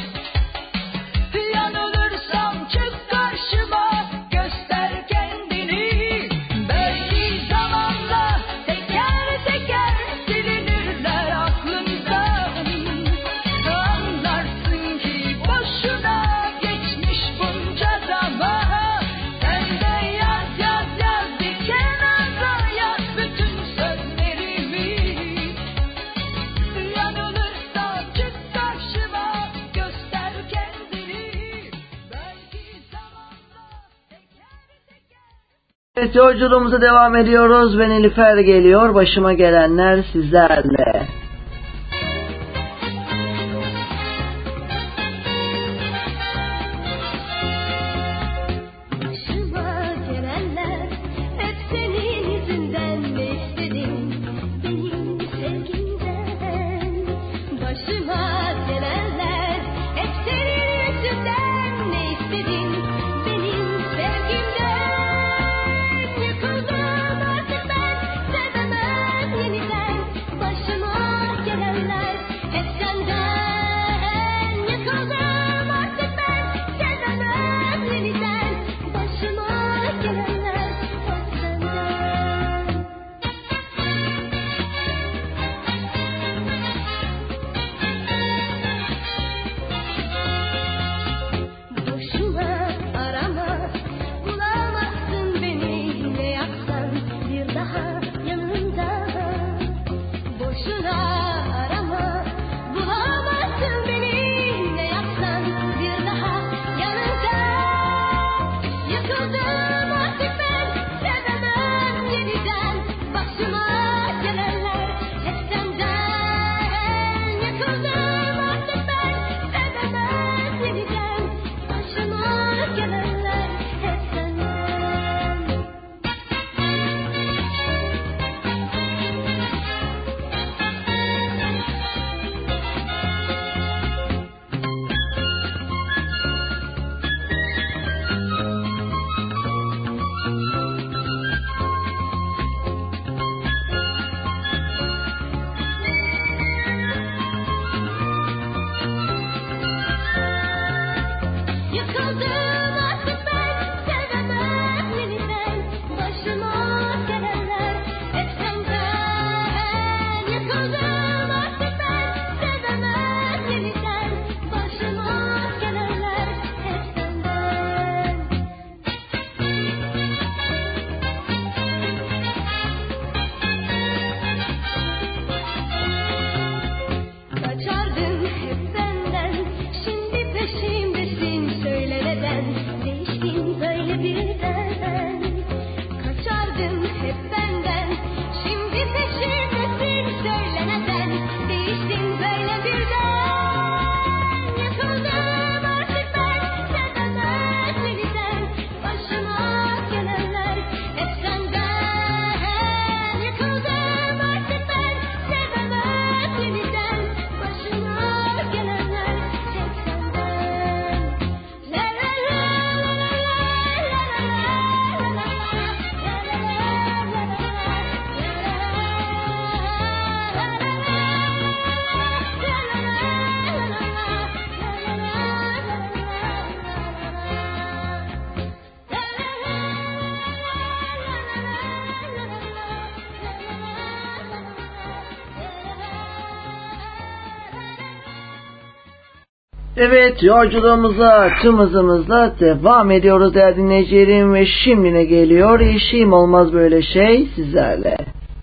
Yanılırsam çık karşıma, göster kendini. Belki zamanla teker teker silinirler aklımdan. Anlarsın ki boşuna geçmiş bunca zaman. Sen de yaz yaz yaz bir kenara yaz bütün sözlerimi. Yanılırsam çık karşıma, göster kendini. Belki zamanla teker teker. Evet, yolculuğumuza devam ediyoruz. Ben Nilüfer geliyor. Başıma gelenler sizlerle. Başıma gelenler hep senin yüzünden, ne istedim benim sevgimden. Başıma gelenler hep senin yüzünden, ne istedin benim sevgimden. Yıkıldım artık ben, sevemem yeniden. Başıma Evet, yolculuğumuza tüm hızımızla devam ediyoruz değerli dinleyicilerim ve şimdi ne geliyor? İşim olmaz böyle şey sizlerle.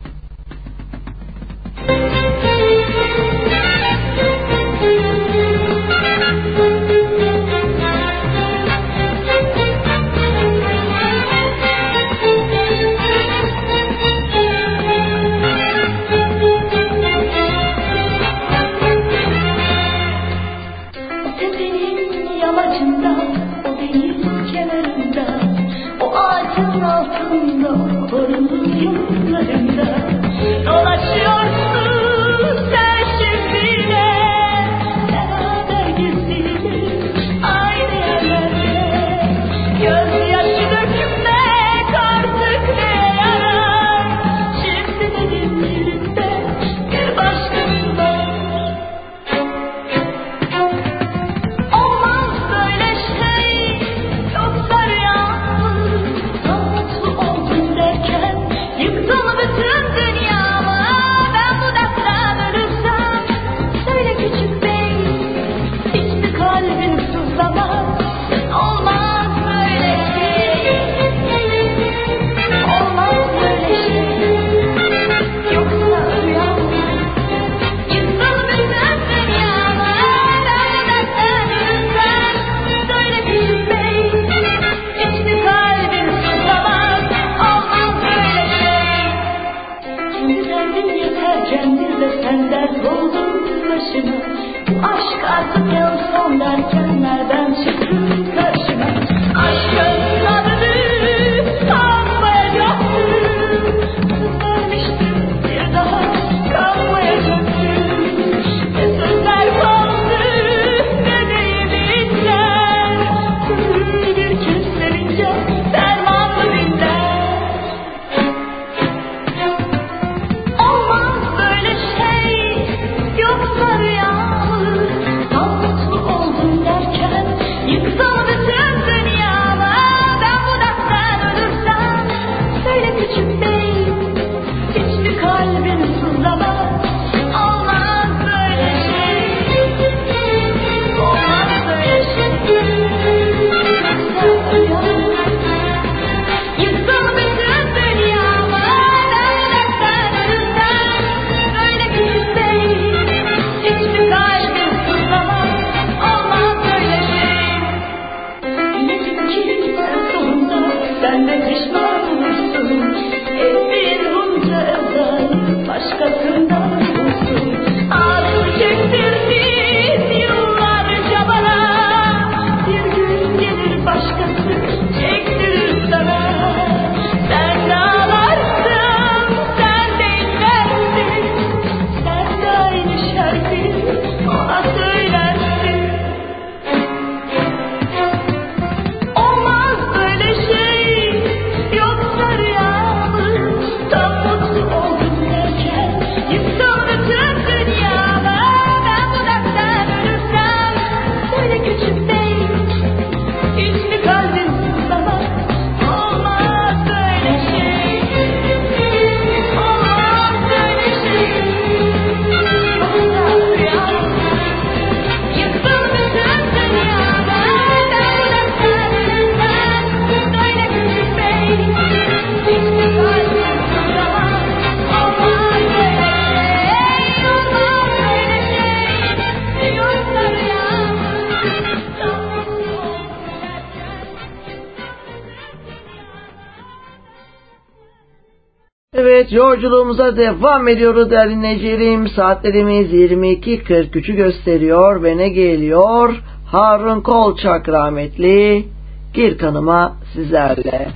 Evet, yolculuğumuza devam ediyoruz değerli dinleyicilerim. Saatlerimiz yirmi iki kırk üçü gösteriyor ve ne geliyor? Harun Kolçak rahmetli Gir Kanıma sizlerle.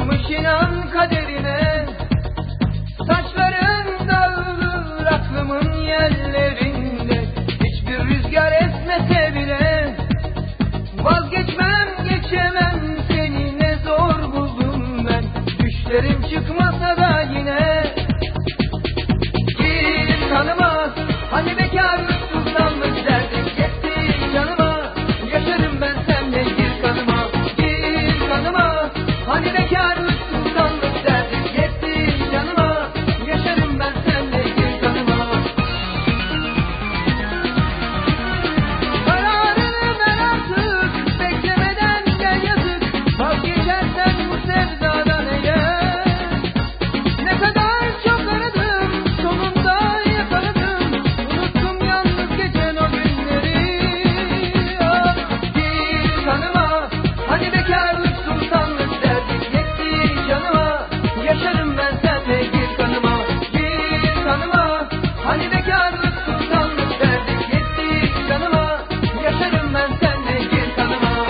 Yazılmış inan kaderine. Saçların dağılır aklımın yerlerinde. Hiçbir rüzgar esmese bile vazgeçmem geçemem seni, ne zor buldum ben. Düşlerim çıkmasa da yine gir kanıma. Hani bekarlık sultanlık derdim yetti canıma. Yaşarım ben seninle gir kanıma. Gir kanıma. Hani bekarlık sultanlık derdim yetti canıma. Yaşarım ben seninle gir kanıma. Kararını ver artık, beklemeden gel yazık. Vazgeçersen bu sevdadan eğer. Ne kadar çok aradım, sonunda yakaladım. Unuttum yalnız geçen o günleri. Ah, gir kanıma. Hani bekarlık sultanlık derdim yetti canıma. Yaşarım ben seninle gir kanıma. Gir kanıma. Hani bekarlık sultanlık derdim yetti canıma. Yaşarım ben seninle gir kanıma.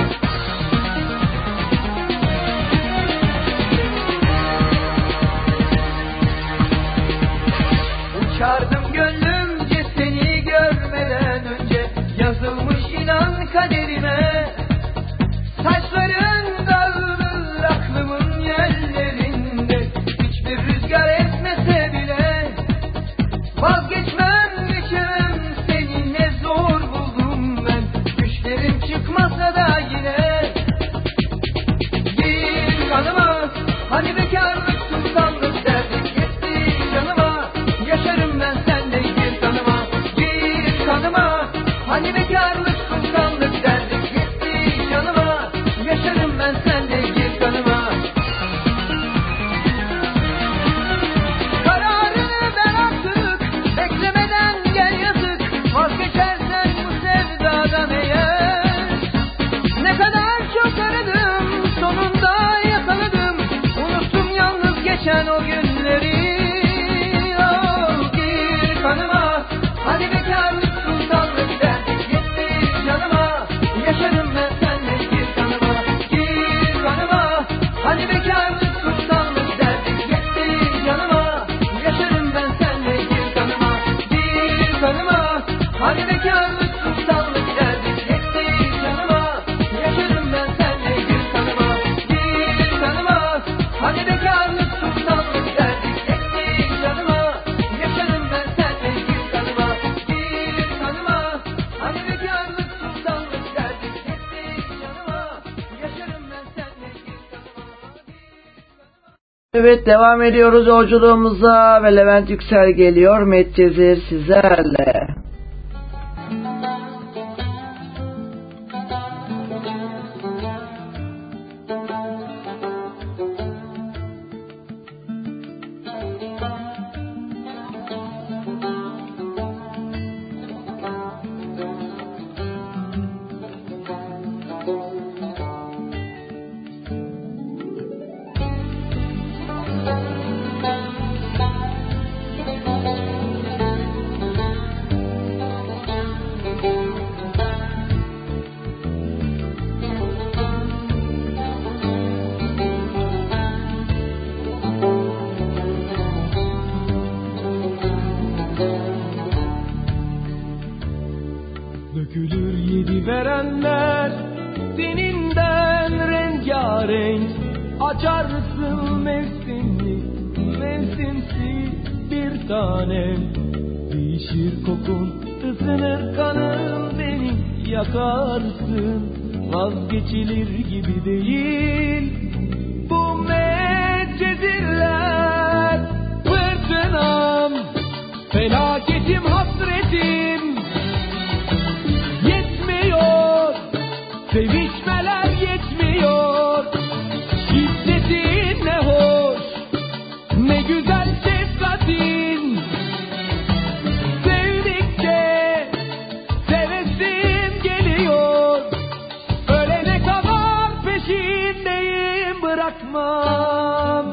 Uçardım gönlümce seni görmeden önce. Yazılmış inan kaderime. Saçların dağılır aklımın yerlerinde. Hiçbir rüzgar esmese bile vazgeçmem geçemem seni, ne zor buldum ben. Düşlerim çıkmasa da yine gir kanıma. Hani bekarlık sultanlık derdim yetti canıma. Yaşarım ben seninle gir kanıma. Gir kanıma. Hani bekarlık sultanlık derdim yetti canıma. Yaşarım ben seninle gir kanıma. Kararını ver artık, beklemeden gel yazık. Vazgeçersen bu sevdadan eğer. Ne kadar çok aradım, sonunda yakaladım. Unuttum yalnız geçen o günleri. Oh, gir kanıma. Hani bekarlık sultanlık derdim yetti canıma. Yaşarım ben seninle gir kanıma. Gir kanıma. Hani bekarlık sultanlık derdim yetti canıma. Yaşarım ben seninle gir kanıma. Gir kanıma. Hani bekarlık sultanlık derdim yetti canıma. Yaşarım ben seninle gir kanıma. Gir kanıma. Hani bekarlık sultanlık derdim yetti canıma. Yaşarım ben seninle gir kanıma. Gir kanıma. Hani bekarlık sultanlık derdim yetti canıma. Yaşarım ben seninle gir kanıma. Evet, devam ediyoruz yolculuğumuza ve Levent Yüksel geliyor. Medcezir sizlerle. Dökülür yedi verenler seninden rengarenk. Açarsın mevsimli, mevsimsiz bir tanem. Değişir kokun, ısınır kanın, beni yakarsın. Vazgeçilir gibi değil bu medcezirler. Fırtınam, felaketim, hasretim yetmiyor, sevişmeler yetmiyor. Şiddetin ne hoş, ne güzel şefkatin. Sevdikçe sevesim geliyor. Ölene kadar peşindeyim, bırakmam.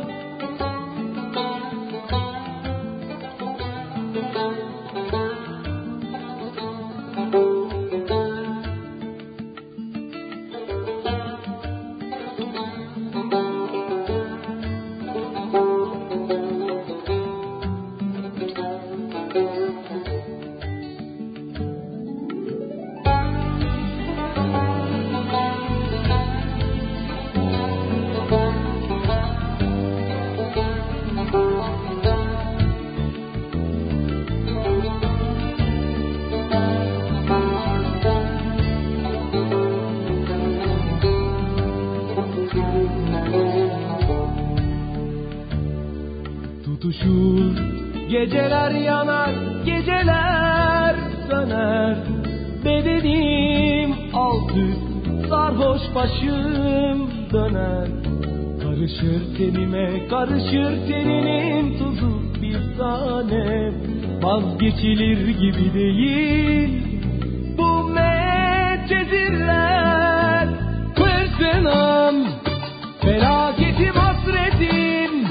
tutuşur. Geceler yanar, geceler söner. Bedenim alt üst, sarhoş başım döner. Karışır tenime, karışır teninin tuzu bir tanem. Vazgeçilir gibi değil bu medcezirler. Fırtınam, felaketim, hasretim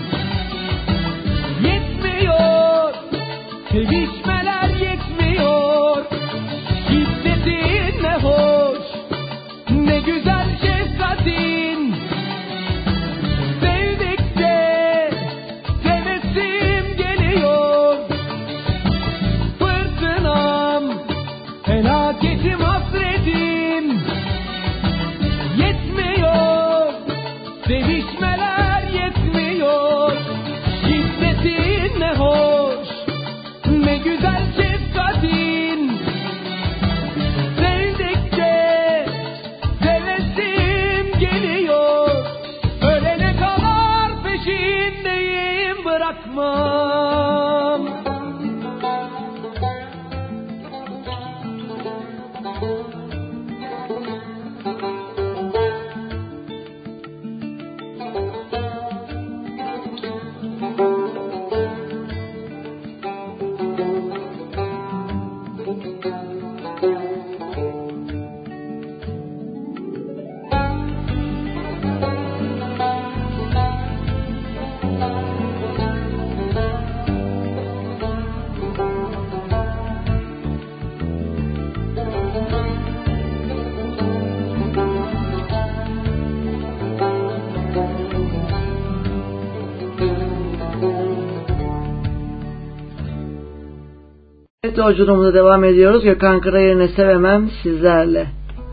yetmiyor, sevişmeler yetmiyor. Şiddetin ne hoş, ne güzel şefkatin. Sevdikçe sevesim geliyor. Fırtınam, felaketim, hasretim yetmiyor, sevişmeler yetmiyor. Şiddetin ne hoş, ne güzel şefkatin. Sevdikçe sevesim geliyor. Ölene kadar peşindeyim, bırakmam. Evet, yolculuğumuza devam ediyoruz. Gökhan Kırayır'ını sevemem sizlerle.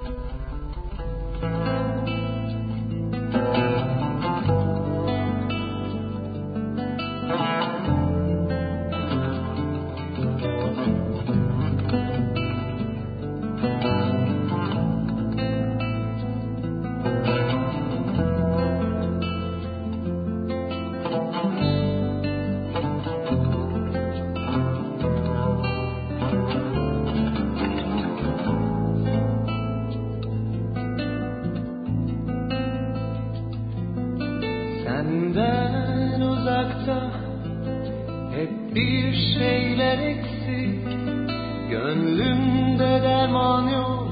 Senden uzakta hep bir şeyler eksik. Gönlümde derman yok,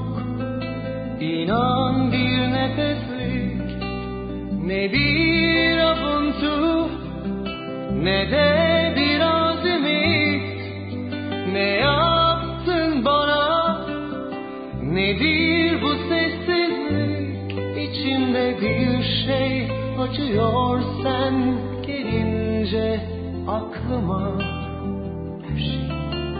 inan bir nefeslik. Ne bir avuntu, ne de biraz ümit. Ne yaptın bana, nedir bu sessizlik? İçimde bir şey acıyor sen gelince aklıma. Her şey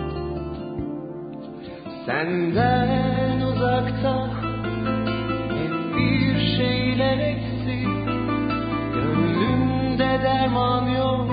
senden uzakta hep bir şeyler eksik. Gönlümde derman yok,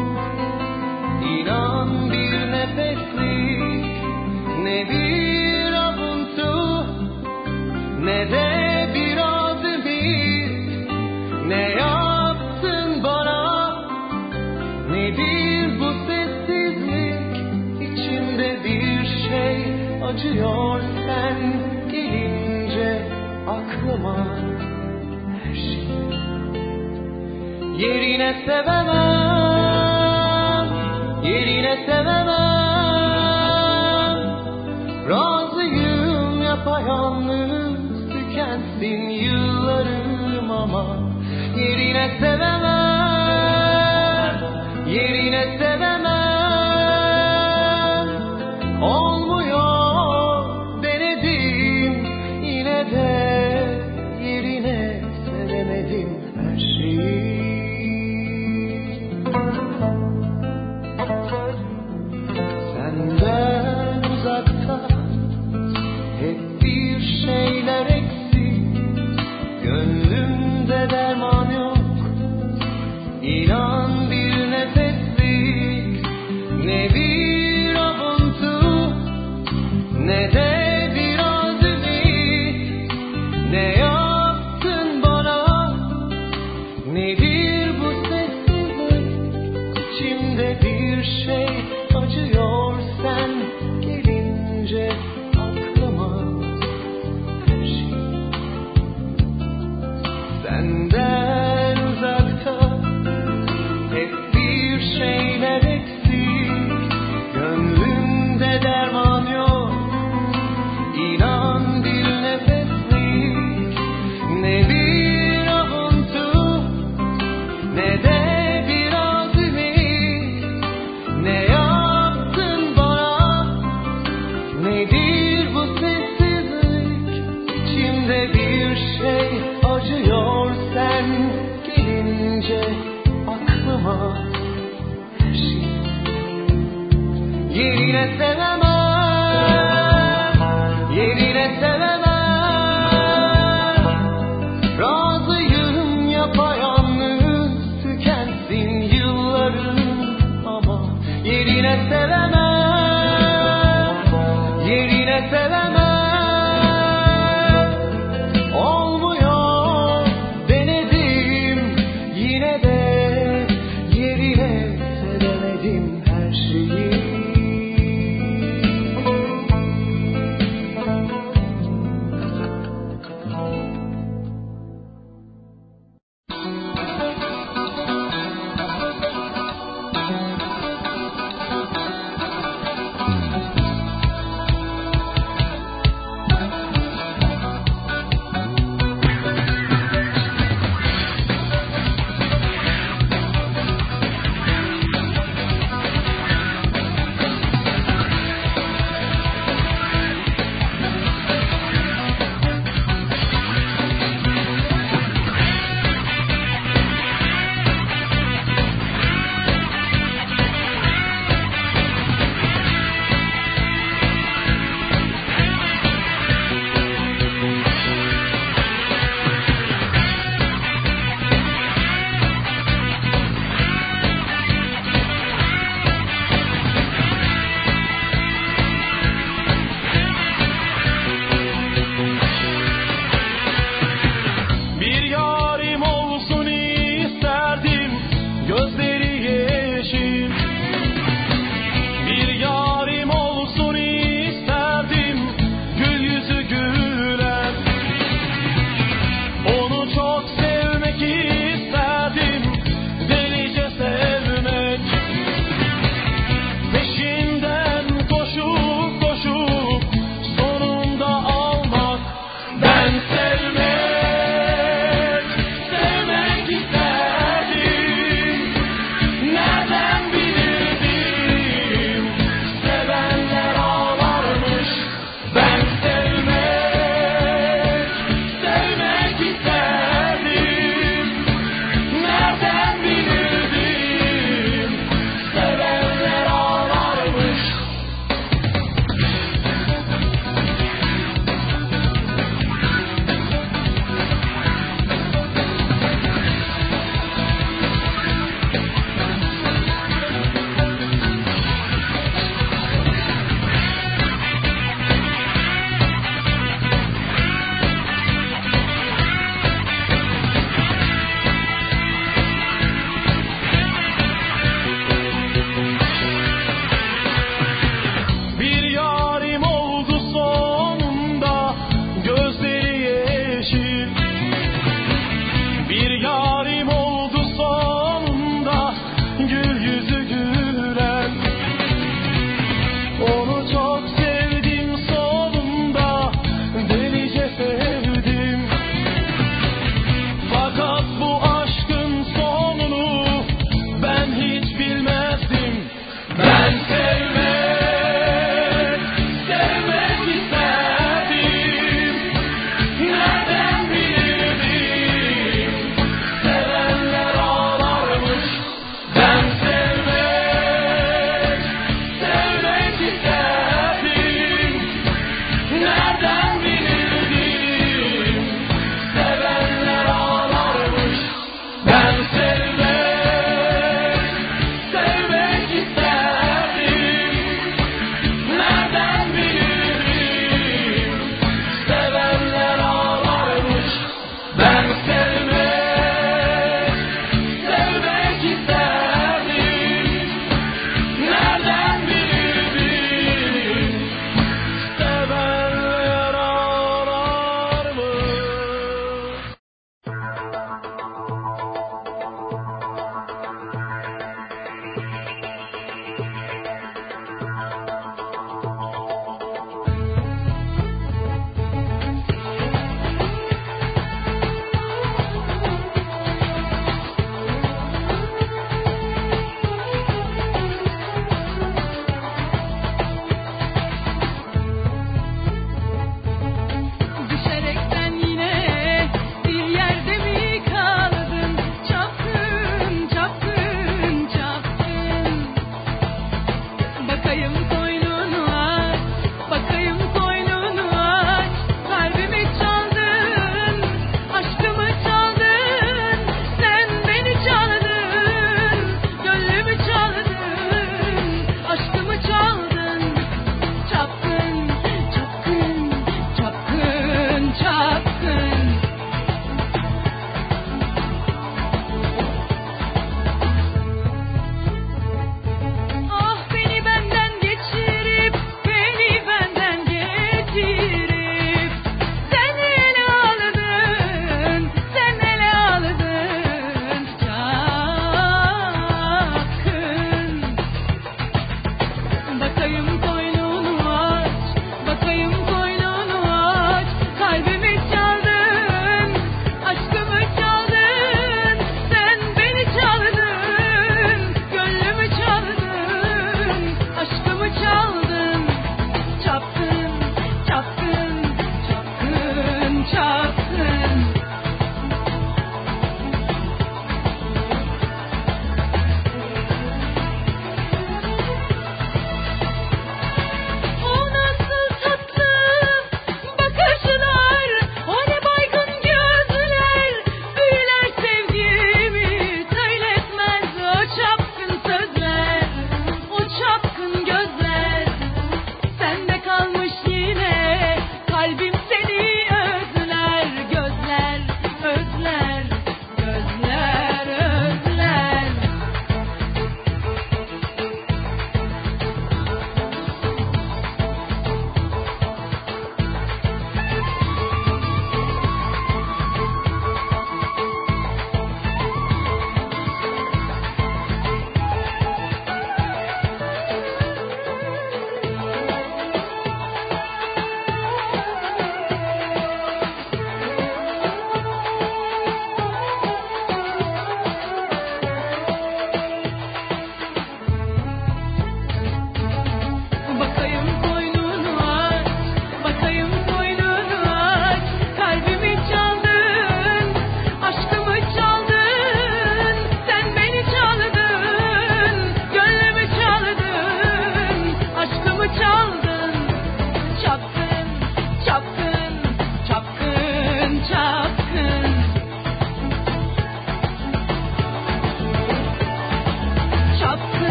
inan bir nefeslik. Ne bir avuntu, ne de biraz ümit. Ne yaptın bana, nedir bu sessizlik? İçimde bir şey acıyor sen gelince aklıma. Her şey yerine sevemem, yerine sevemem. Razıyım yapayalnız tükensin yıllarım ama yerine sevemem, yerine sevemem. Olmuyor denedim, yine de yerine sevemedim her şeyi. Senden uzakta hep bir şeyler eksik. Gönlümde derman yok, şey acıyor sen gelince aklıma. Her şey senden uzakta, hep bir şeyler eksik, gönlümde derman yok, İnan bir nefeslik, ne bir avuntu, ne de biraz ümit. Ne yaptın bana, nedir bu sessizlik? İçimde bir şey acıyor sen gelince aklıma. Her şey yerine sevemem, yerine sevemem. Razıyım yapayalnız tükensin yılların, ama yerine sevemem, yerine sevemem. Olmuyor denedim, yine de yerine sevemedim her şeyi.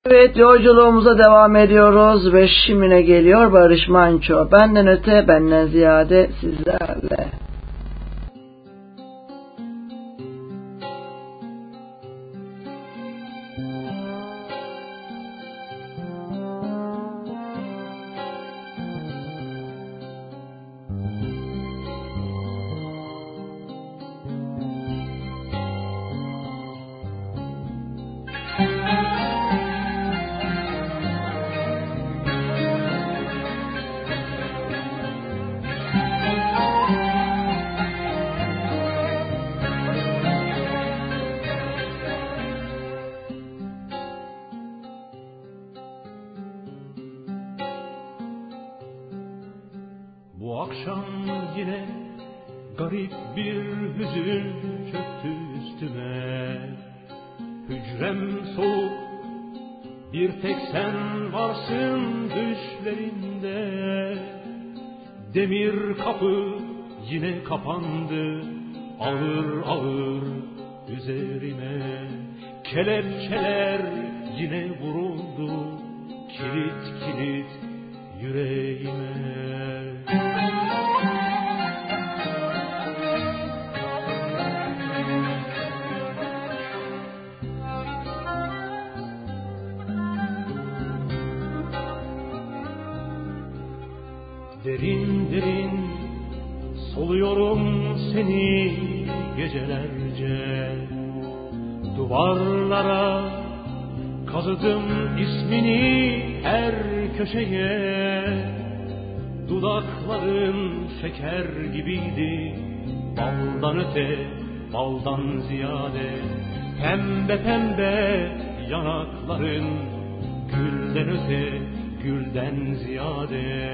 Evet, yolculuğumuza devam ediyoruz ve şimdine geliyor Barış Manço. Benden öte, benden ziyade sizlerle. Bu akşam yine garip bir hüzün çöktü üstüme. Hücrem soğuk, bir tek sen varsın düşlerimde. Demir kapı yine kapandı ağır ağır üzerime. Kelepçeler yine vuruldu kilit kilit yüreğime. Derin derin soluyorum seni gecelerce. Duvarlara kazıdım ismini her köşeye. Dudakların şeker gibiydi, baldan öte, baldan ziyade. Pembe pembe yanakların, gülden öte, gülden ziyade.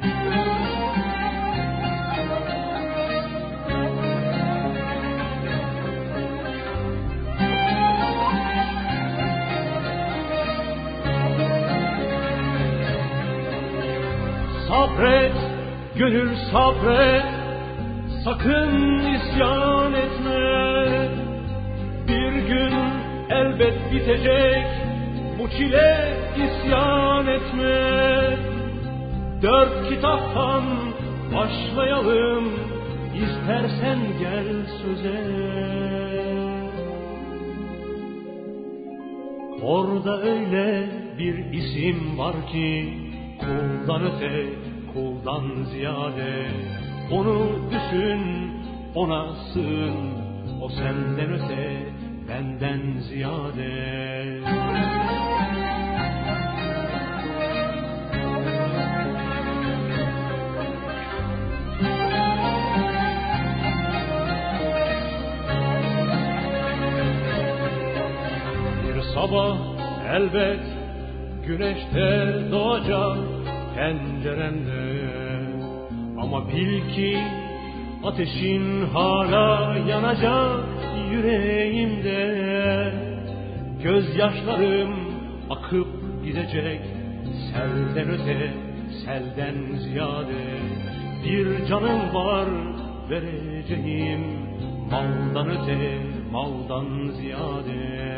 Sabret, gönül sabret, sakın isyan etme. Bir gün elbet bitecek bu çile, isyan etme. Dört kitaptan başlayalım, istersen gel söze. Orada öyle bir isim var ki, kuldan öte, kuldan ziyade. Onu düşün, ona sığın, o senden öte, benden ziyade. Bir sabah elbet güneşte doğacak pencerende. Ama bil ki ateşin hala yanacak yüreğimde. Gözyaşlarım akıp gidecek selden öte, selden ziyade. Bir canım var vereceğim, maldan öte, maldan ziyade.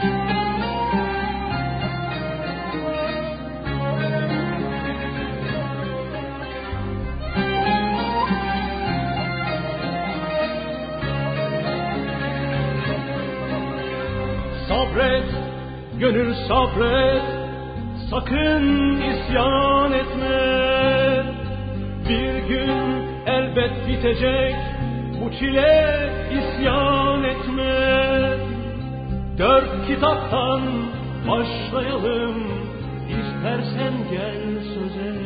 Sabret, gönül sabret, sakın isyan etme. Bir gün elbet bitecek bu çile, isyan etme. Dört kitaptan başlayalım, istersen gel söze.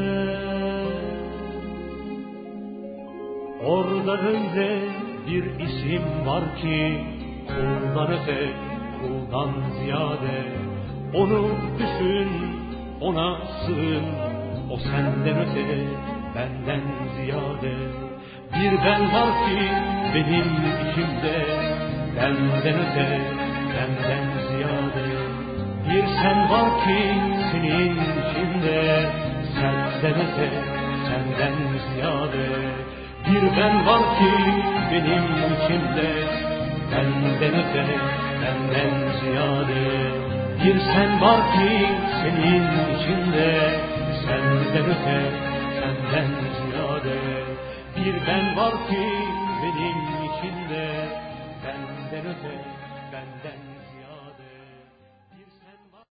Orada öyle bir isim var ki, kuldan öte, kuldan ziyade. Onu düşün, ona sığın, o senden öte, benden ziyade. Bir ben var ki benim içimde, benden öte, benden ziyade. Bir sen var ki senin içinde, senden öte, senden ziyade. Bir ben var ki benim içimde, benden öte, benden ziyade. Bir sen var ki senin içinde, senden öte, senden ziyade. Bir ben var ki benim içinde, benden öte, benden ziyade. Bir sen var.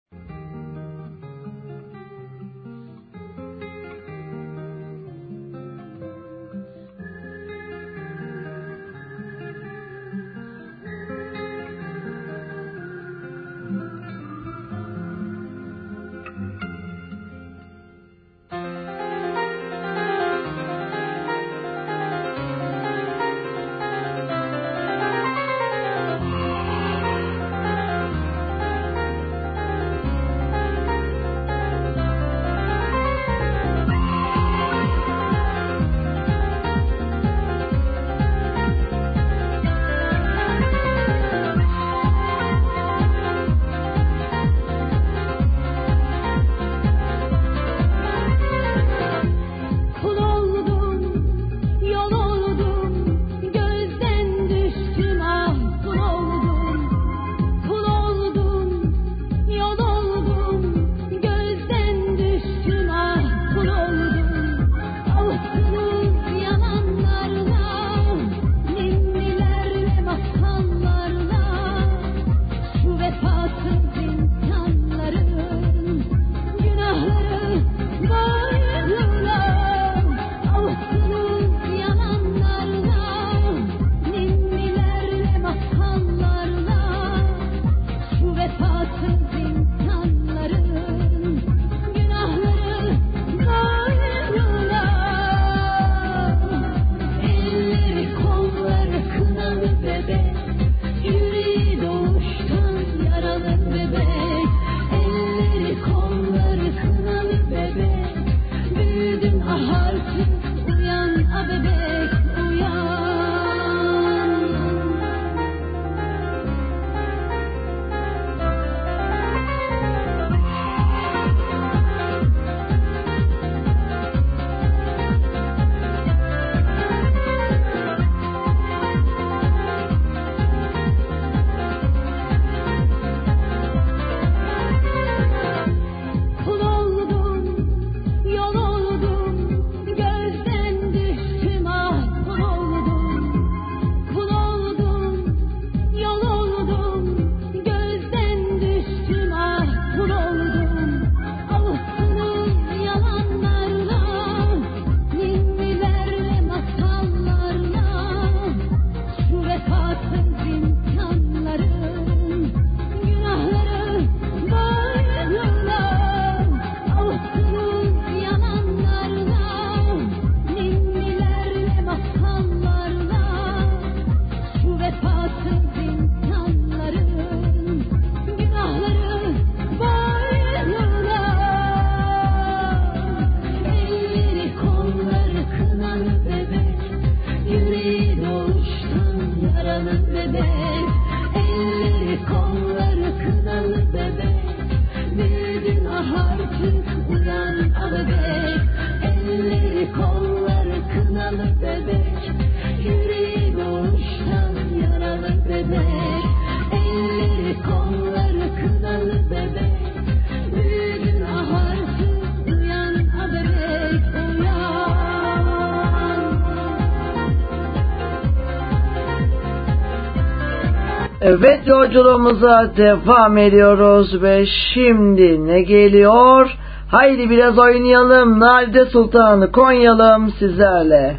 Evet, yolculuğumuza devam ediyoruz ve şimdi ne geliyor? Haydi biraz oynayalım. Nadide Sultan'ı Konyalım sizlerle.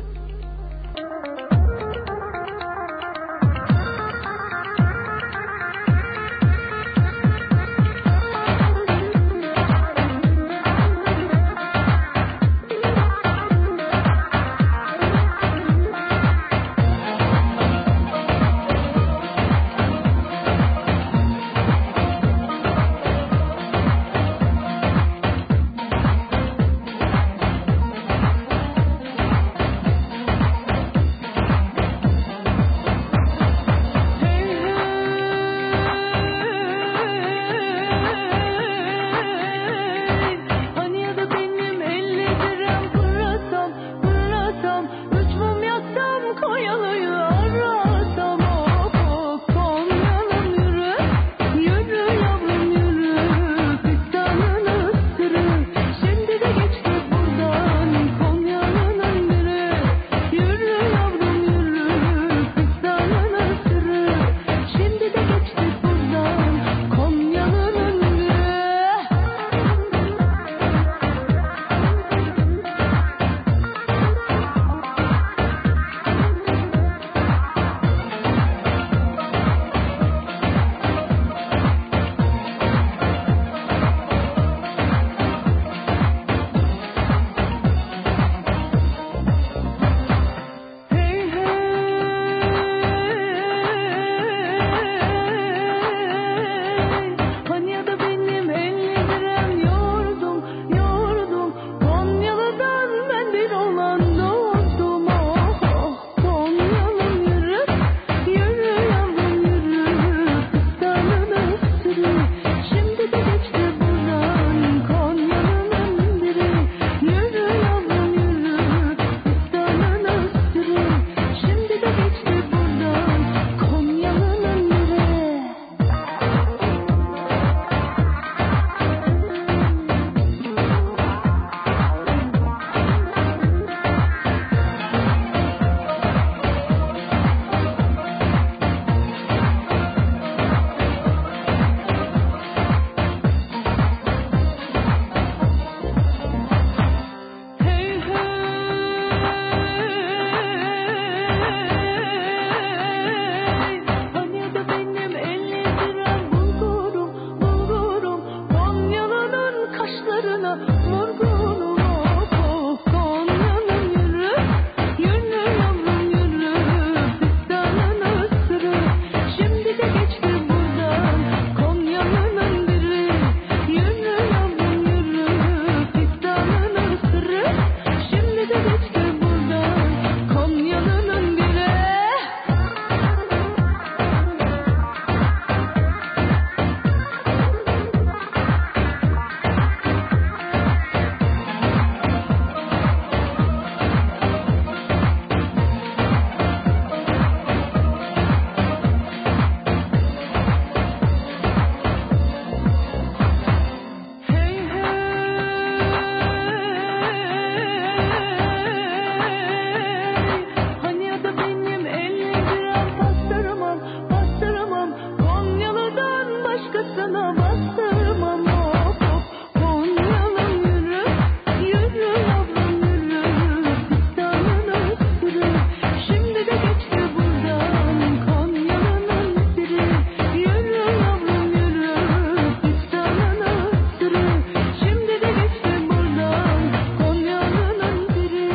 sana bastım ama hop hop. Konya'nın yürü, yürü yavrum yürü, fistanın ötürü. Şimdi de geçti buradan Konya'nın biri. Yürü yavrum yürü, fistanın ötürü. Şimdi de geçti buradan Konya'nın biri.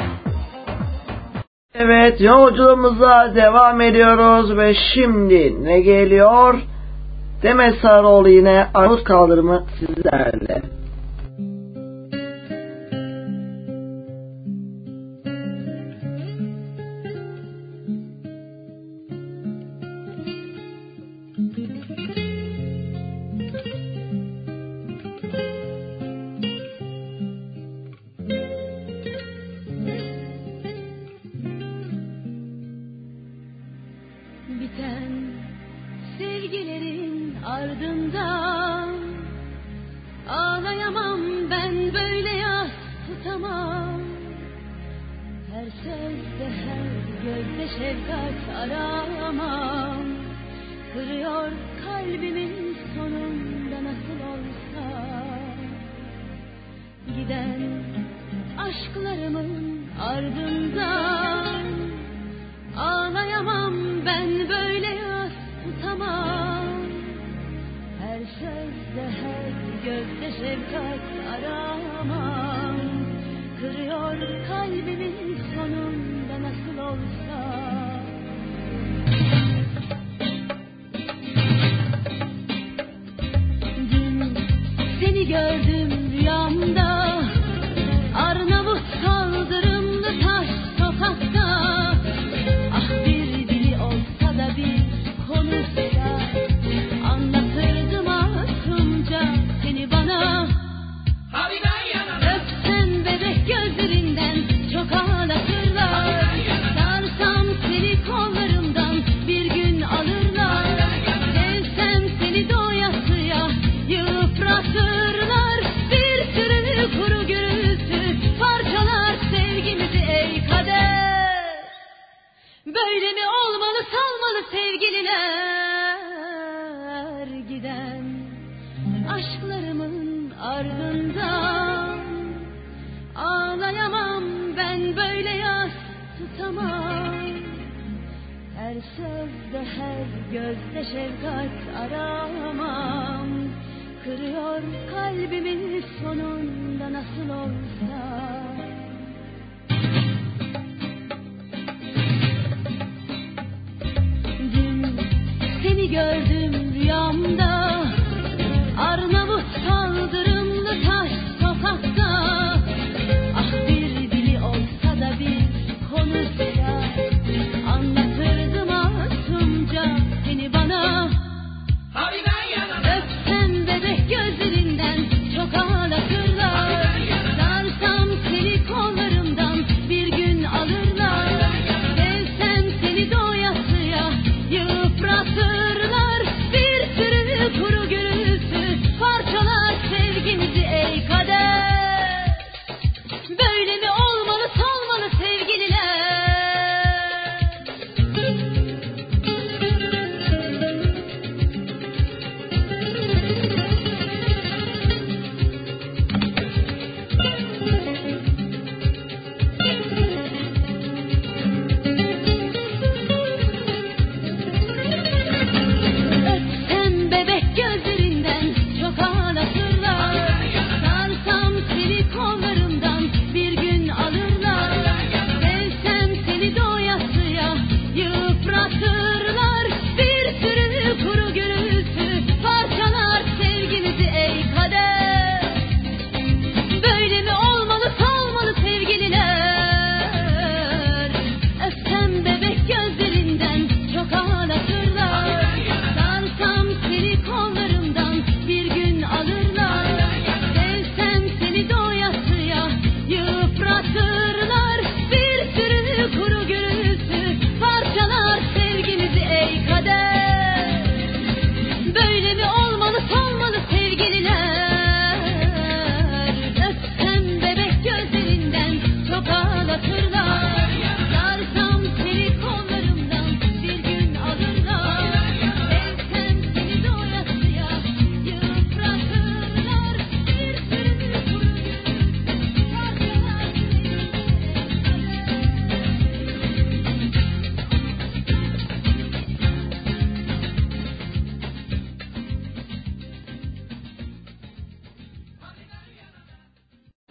Evet, yolculuğumuza devam ediyoruz ve şimdi ne geliyor? Demet Sarıoğlu yine Armut Kaldırımı sizlerle. Biten sevgilerin ardından ağlayamam ben böyle yas tutamam. Her sözde her gözde şefkat aramam. Kırıyor kalbimin sonunda nasıl olsa. Giden aşklarımın ardından ağlayamam ben böyle yas tutamam. Her sözde her gözde şefkat aramam. Kırıyor kalbimin sonunda nasıl olsa. Dün seni gördüm rüyamda, Arnavut kaldırımlı taş sokakta. Ah bir dili olsa da bir konuşsa, anlatırdım masumca seni bana. Öpsem bebek gözlerinden çok ağlatırlar. Sarsam seni kollarımdan bir gün alırlar. Sevsem seni doyasıya yıpratırlar. Bir sürü kuru gürültü parçalar sevgimizi ey kader. Böyle mi olmalı salmalı sevgililer? Giden aşklarımın ardından ağlayamam ben böyle yas tutamam. Her sözde her gözde şefkat aramam. Kırıyor kalbimin sonunda nasıl olsa. Dün seni gördüm rüyamda, Arnavut kaldırımlı taş sokakta. Ah bir dili olsa da bir konuşsa, anlatırdım masumca seni bana.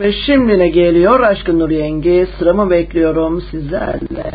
Ve şimdi ne geliyor Aşkın Nur Yengi? Sıramı bekliyorum sizlerle.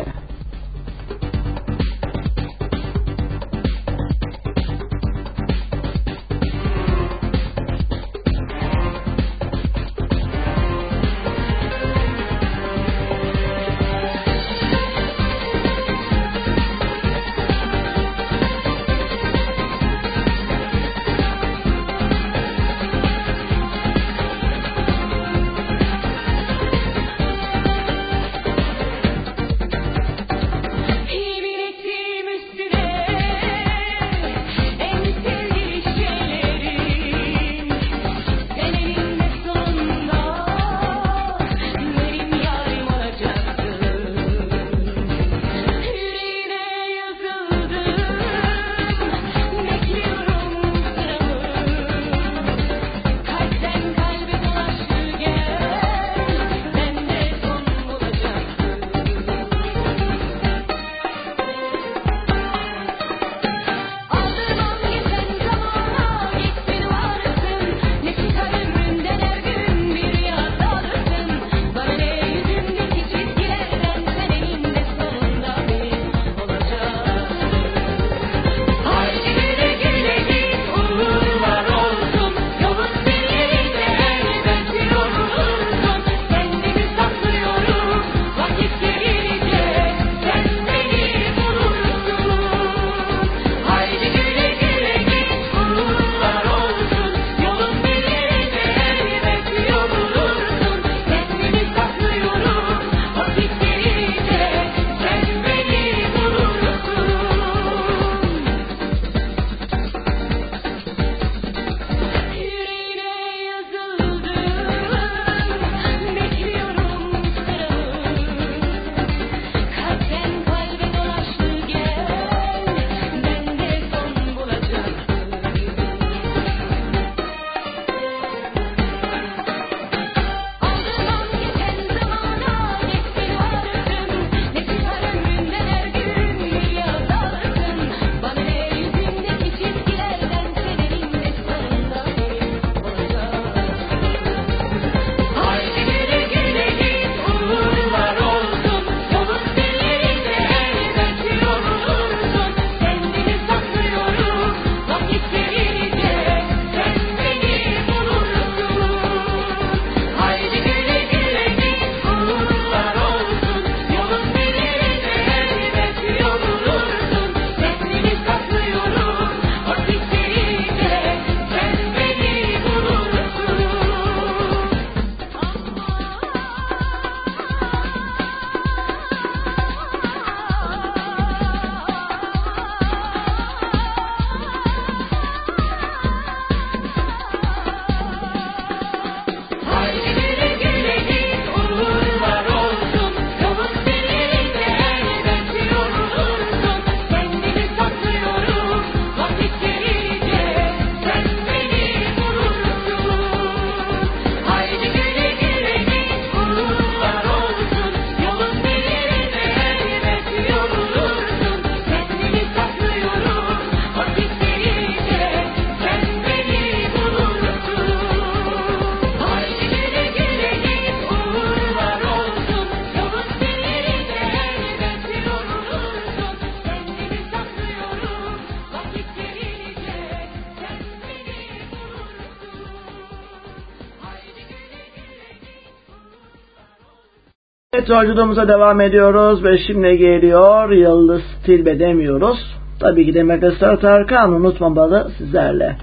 Evet, yolculuğumuza devam ediyoruz ve şimdi geliyor Yıldız Tilbe demiyoruz. Tabii ki de Megastar Tarkan unutmamalı sizlerle.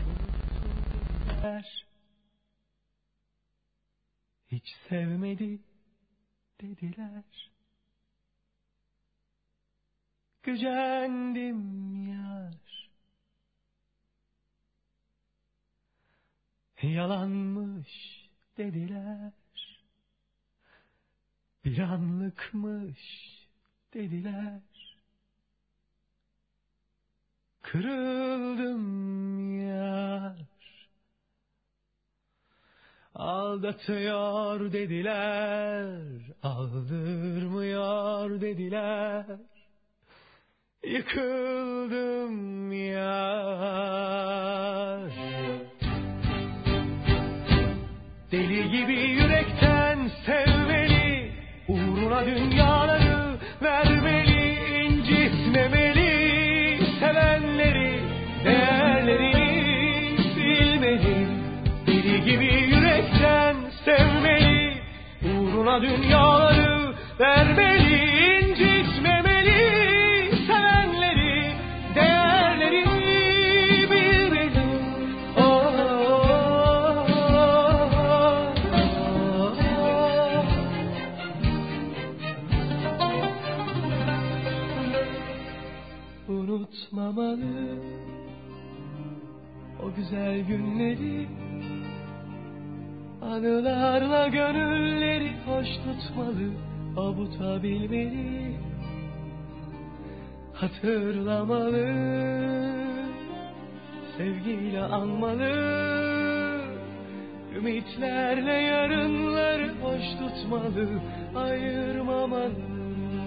Hiç sevmedi dediler. Gücendim yar. Yalanmış dediler. Bir anlıkmış dediler. Kırıldım yar. Aldatıyor dediler. Aldırmıyor dediler. Yıkıldım yar. Deli gibi yürekten Uğruna dünyaları vermeli, incitmemeli, sevenleri, değerlerini bilmeli. Oh, oh, oh. Unutmamalı o güzel günleri, anılarla gönülleri hoş tutmalı, avutabilmeli, hatırlamalı, sevgiyle anmalı, ümitlerle yarınları hoş tutmalı, ayırmamalı.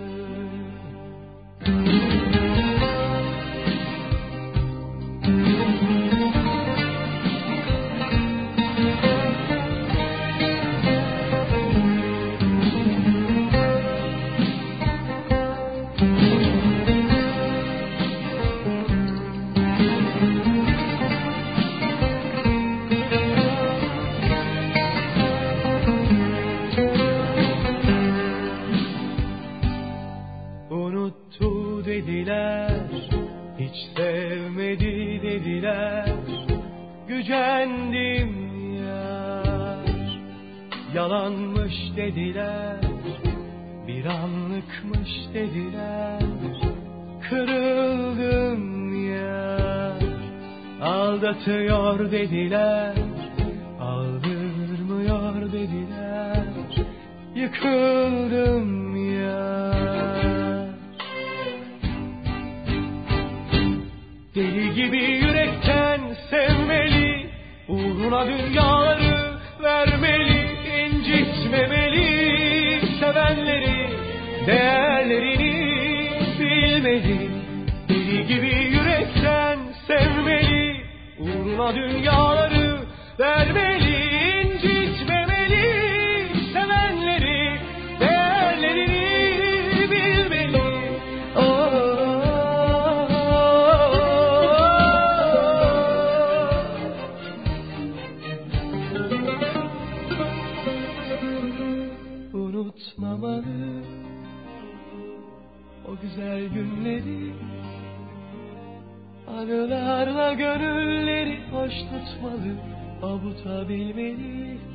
Unuttu dediler, hiç sevmedi dediler, gücendim yar. Yalanmış dediler, bir anlıkmış dediler, kırıldım yar. Aldatıyor dediler, aldırmıyor dediler, yıkıldım yar. Deli gibi yürekten sevmeli, uğruna dünyaları vermeli, incitmemeli, sevenleri, değerlerini bilmeli. Deli gibi yürekten sevmeli, uğruna dünyaları vermeli, incitmemeli, sevenleri, değerlerini bilmeli. Oh, unutmamalı o güzel günleri, anılarla gönülleri hoş tutmalı, avutabilmeli,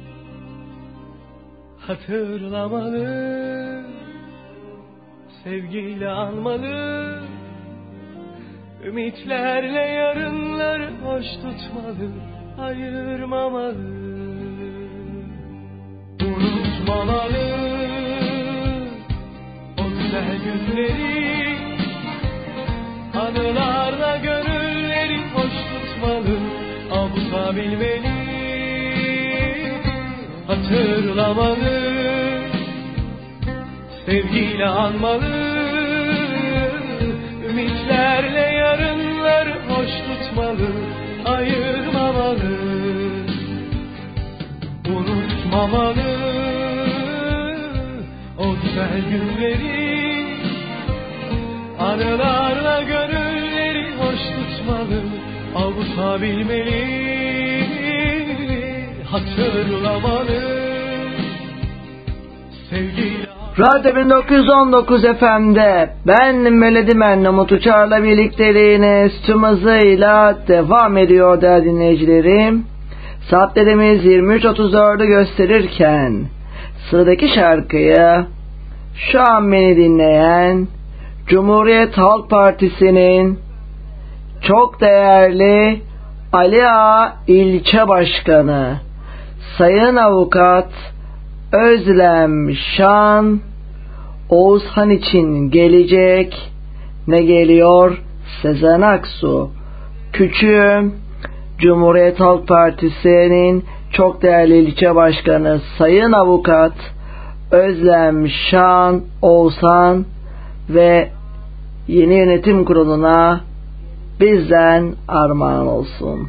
hatırlamalı, sevgiyle anmalı, ümitlerle yarınları hoş tutmalı, ayırmamalı. Unutmamalı o güzel günleri, anılarla gönülleri hoş tutmalı, avutabilmeli, hatırlamalı, sevgiyle anmalı, ümitlerle yarınları hoş tutmalı, ayırmamalı. Unutmamalı o güzel günleri, anılarla gönülleri hoş tutmalı, avutabilmeli, hatırlamalı, sevgiyle. Radyo bin dokuz yüz on dokuz F M'de ben Melodimen Umut Uçar'la birlikteliğiniz tüm hızıyla devam ediyor değerli dinleyicilerim. Saatlerimiz yirmi üç otuz dördü gösterirken sıradaki şarkıyı şu an beni dinleyen Cumhuriyet Halk Partisi'nin çok değerli Ali Ağa İlçe Başkanı Sayın Avukat Özlem Şan Oğuzhan için gelecek. Ne geliyor? Sezen Aksu. Küçüğüm Cumhuriyet Halk Partisi'nin çok değerli ilçe başkanı Sayın Avukat Özlem Şan Oğuzhan ve yeni yönetim kuruluna bizden armağan olsun.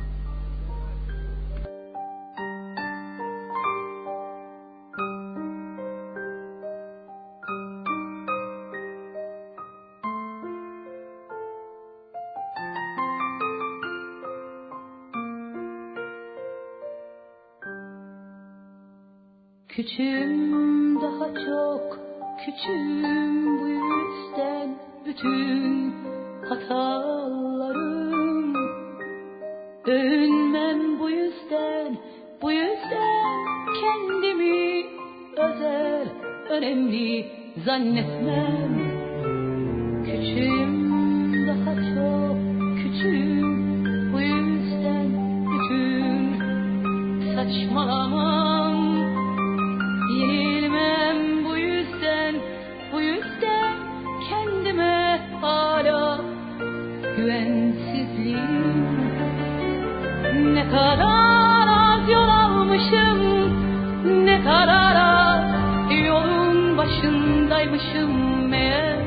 Küçüğüm, daha çok küçüğüm, bu yüzden bütün hatalarım. Övünmem bu yüzden, bu yüzden kendimi özel, önemli zannetmem. Küçüğüm, daha çok küçüğüm, bu yüzden bütün saçmalamam. Yenilmem bu yüzden, bu yüzden kendime hala güvensizliğim. Ne kadar az yol almışım, ne kadar az yolun başındaymışım meğer.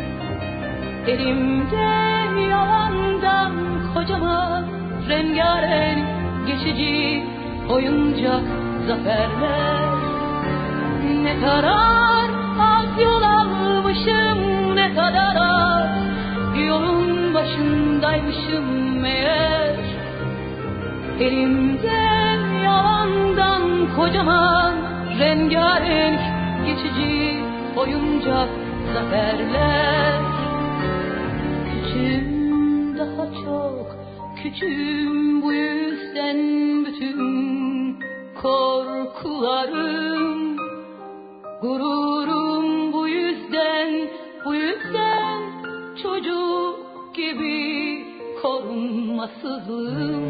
Elimde yalandan kocaman rengarenk geçici oyuncak zaferler. Ne kadar az yol almışım, ne kadar az yolun başındaymışım meğer. Elimde yalandan kocaman rengarenk geçici oyuncak zaferler. Küçüğüm, daha çok küçüğüm, bu yüzden bütün korkularım, gururum bu yüzden, bu yüzden çocuk gibi korunmasızlığım.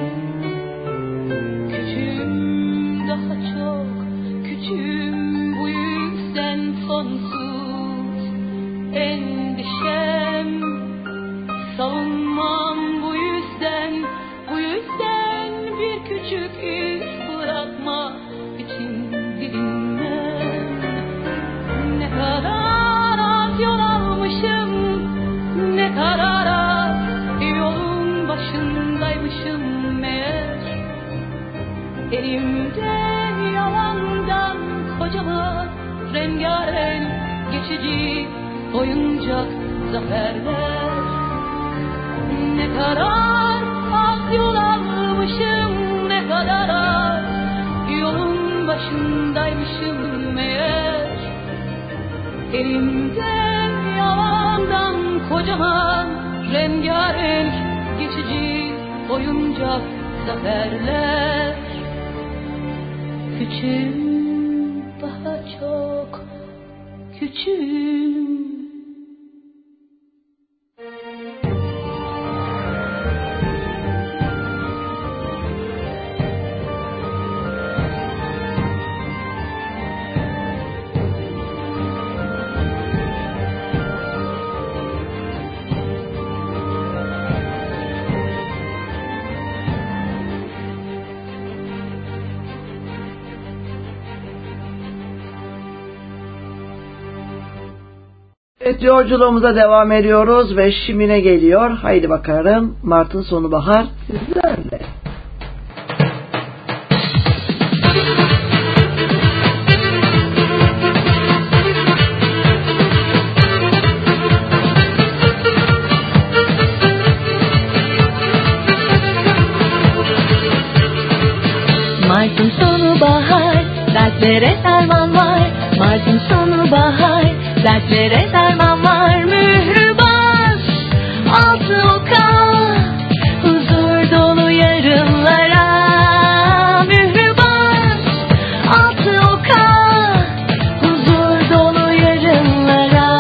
Küçüğüm, daha çok küçüğüm, bu yüzden sonsuz endişem. Savunmam bu yüzden, bu yüzden bir küçük iz bırakma için didinmem. Ne kadar az yol almışım, ne kadar az yolun başındaymışım meğer. Elimde yalandan kocaman rengarenk geçici oyuncak zaferler. Ne kadar az yol almışım, ne kadar az yolun başındaymışım meğer. Elimde yalandan kocaman rengarenk geçici oyuncak zaferler. Küçüğüm, daha çok küçüğüm. Evet, yolculuğumuza devam ediyoruz ve şimdi ne geliyor? Haydi bakalım. Mart'ın sonu bahar sizlerle. Mart'ın sonu bahar, dertlere derman var. Mart'ın sonu bahar, dertlere derman var. Mührü bas, altı oka, huzur dolu yarınlara. Mührü bas, altı oka, huzur dolu yarınlara.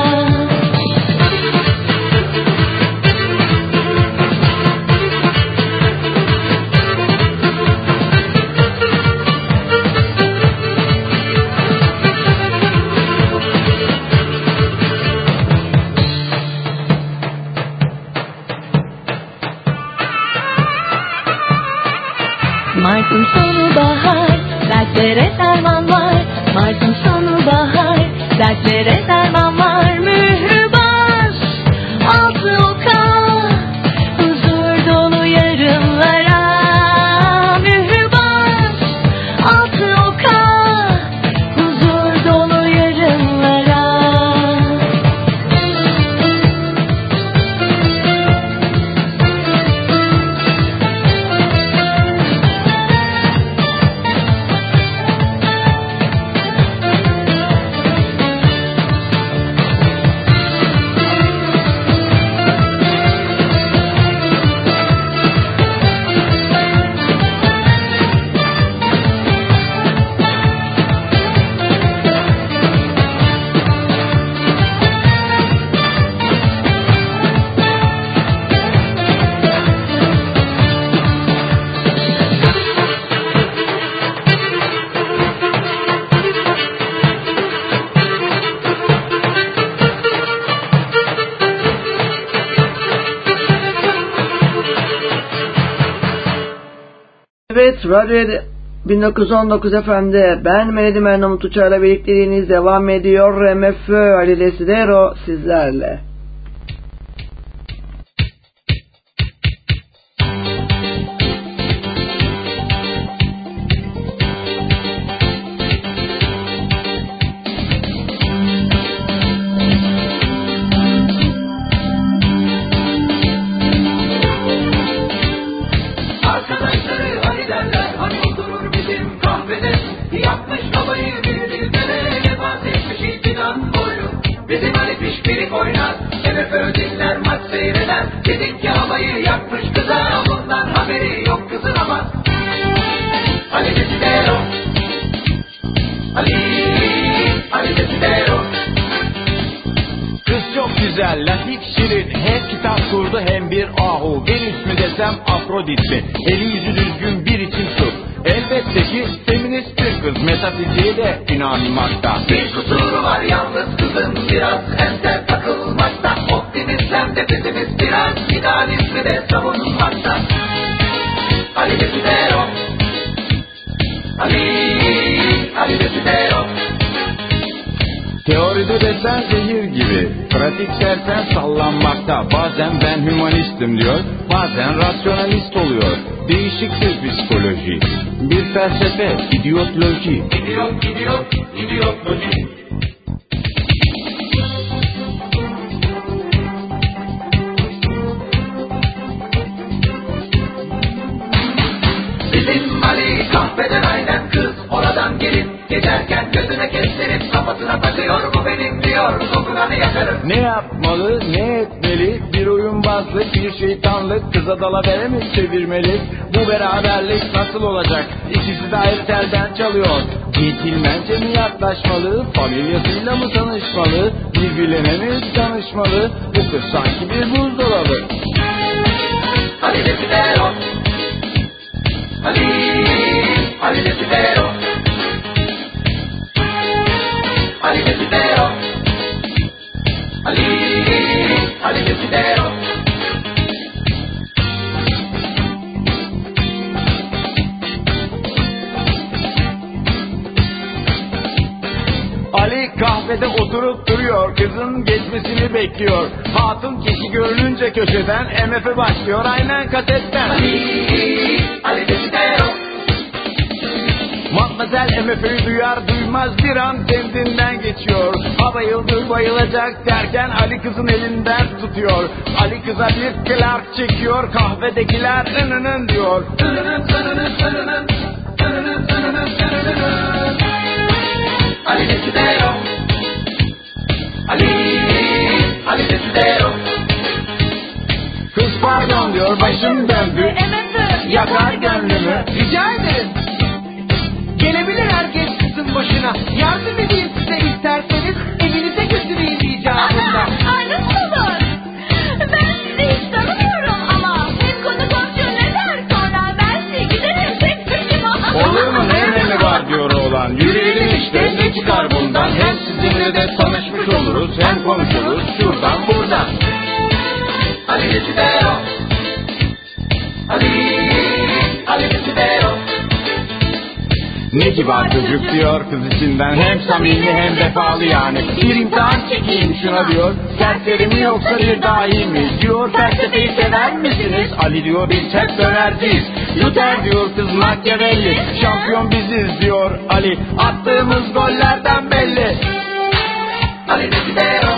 Mart'ın sonu bahar, dertlere derman var. Mart'ın sonu bahar, dertlere derman var. Mührü bas, altı oka, huzur dolu yarınlara. Mührü bas, altı oka, huzur dolu yarınlara. Evet, Radyo bin dokuz yüz on dokuz F'de ben Mehdi Menum Tuçar'la birlikteliğiniz devam ediyor. M F Ö Ali Desidero sizlerle. Eli yüzü düzgün bir için tut. Elbette ki feminist bir kız, metafiziğe de inanmakta. Bir kusuru var yalnız kızın, biraz enter takılmakta. Optimizm de pesimist, biraz idealizmi de savunmakta. Ali Desidero, Ali, Ali Desidero. Teoride desen zehir gibi, pratik sersen sallanmakta. Bazen ben hümanistim diyor, bazen rasyonalist oluyor. Değişik bir psikoloji, bir felsefe, idiotloji. İdiot, idiot, idiotloji. Bizim Ali kahveden aynen kız, oradan gelip geçerken gözüne kestirip kafasına takıyor, bu benim diyor, dokunanı yakarım. Ne yapmalı, ne etmeli, bir oyunbazlık, bir şeytanlık, kıza dalavere mi çevirmeli? Bu beraberlik nasıl olacak? İkisi de ayrı telden çalıyor. Centilmence mi yaklaşmalı, familyasıyla mı tanışmalı, birbirlerine mi danışmalı? Bu kız sanki bir buzdolabı. Ali Desidero, Ali, Ali Desidero, Ali Desidero, Ali, Ali Desidero. Ali kahvede oturup duruyor, kızın geçmesini bekliyor. Hatun kişi görününce köşeden M F başlıyor aynen kasetten. Ali, Ali Desidero. Matmazel M F'yi duyar duymaz bir an kendinden geçiyor. Ha bayıldı bayılacak derken Ali kızın elinden tutuyor. Ali kıza bir Clark çekiyor, kahvedekiler ınının diyor. Önünün, önünün, önünün, önünün, önünün, önünün. Ali Desidero, Ali, Ali Desidero. Kız pardon diyor, başım döndü, yakar gönlümü. Rica ederim. Gelebilir herkes kızın başına. Yardım edeyim size isterseniz. Evinize götüreyim icabında. Ay nasıl olur? Ben sizi hiç tanımıyorum ama hem konu komşu ne der sonra ben size giderim tek başıma. Olur mu, ne önemi var diyor oğlan. Yürüyelim işte, ne çıkar bundan? Hem sizinle de tanışmış oluruz, hem konuşuruz şuradan buradan. Ali Desidero, Ali, Ali Desidero. Ne kibar çocuk diyor kız içinden, hem samimi hem vefalı yani. Bir imtihan çekeyim şuna diyor, serseri mi yoksa bir dahi mi diyor. Felsefeyi sever misiniz? Ali diyor biz hep dönerciyiz. Luther diyor kız Machiavelli, şampiyon biziz diyor Ali, attığımız gollerden belli. Ali Desidero,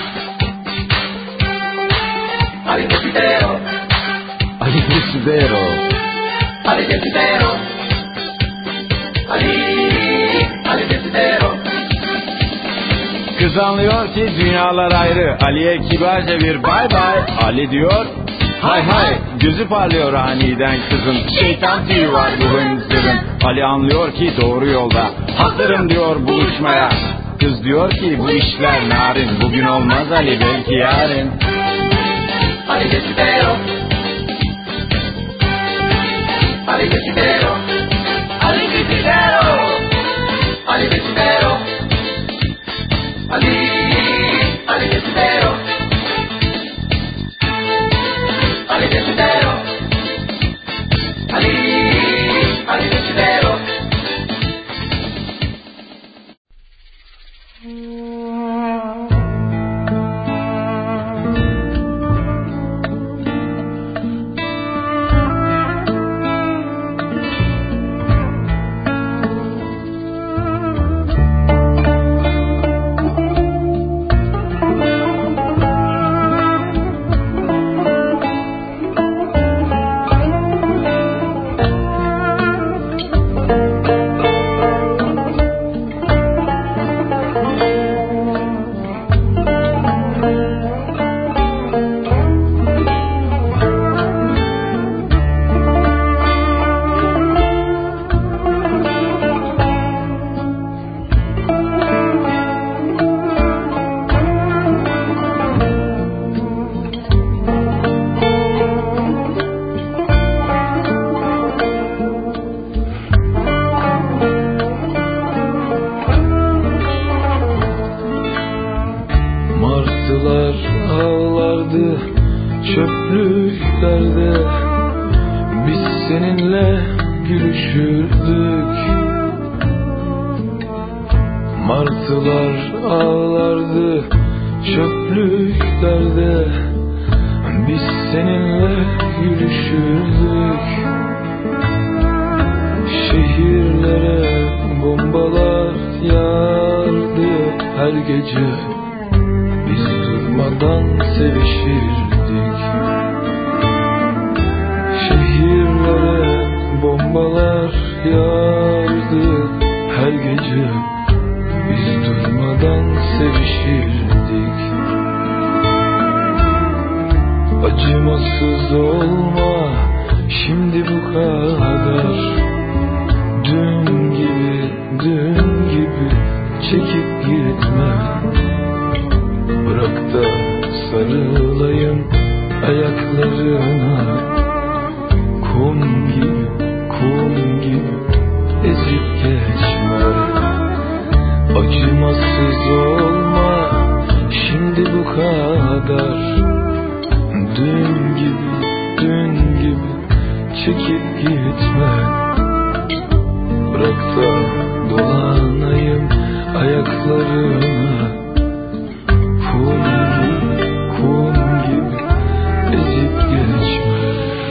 Ali Desidero, Ali Desidero, Ali Desidero, Ali, Ali Desidero. Kız anlıyor ki dünyalar ayrı, Ali'ye kibarca bir bay bay. Ali diyor hay hay, gözü parlıyor aniden kızın, şeytan tüyü var bu hınzırın. Ali anlıyor ki doğru yolda, hazırım diyor buluşmaya. Kız diyor ki bu işler narin, bugün olmaz Ali belki yarın. Ali Desidero, Ali Desidero, Ali Desidero, Ali Desidero, Ali, Ali Desidero, Ali Desidero, Ali, gülüşürdük. Martılar ağlardı çöplüklerde, biz seninle gülüşürdük. Şehirlere bombalar yağardı her gece, biz durmadan sevişirdik. Şehirlere bombalar yağardı her gece, biz durmadan sevişirdik. Acımasız olma şimdi bu kadar. Dün gibi, dün gibi çekip gitme. Bırak da sarılayım ayaklarına. Kum gibi, kum gibi ezip geçme. Acımasız olma şimdi bu kadar. Dün gibi, dün gibi çekip gitme. Bırak da dolanayım ayaklarına. Kum gibi, kum gibi ezip geçme.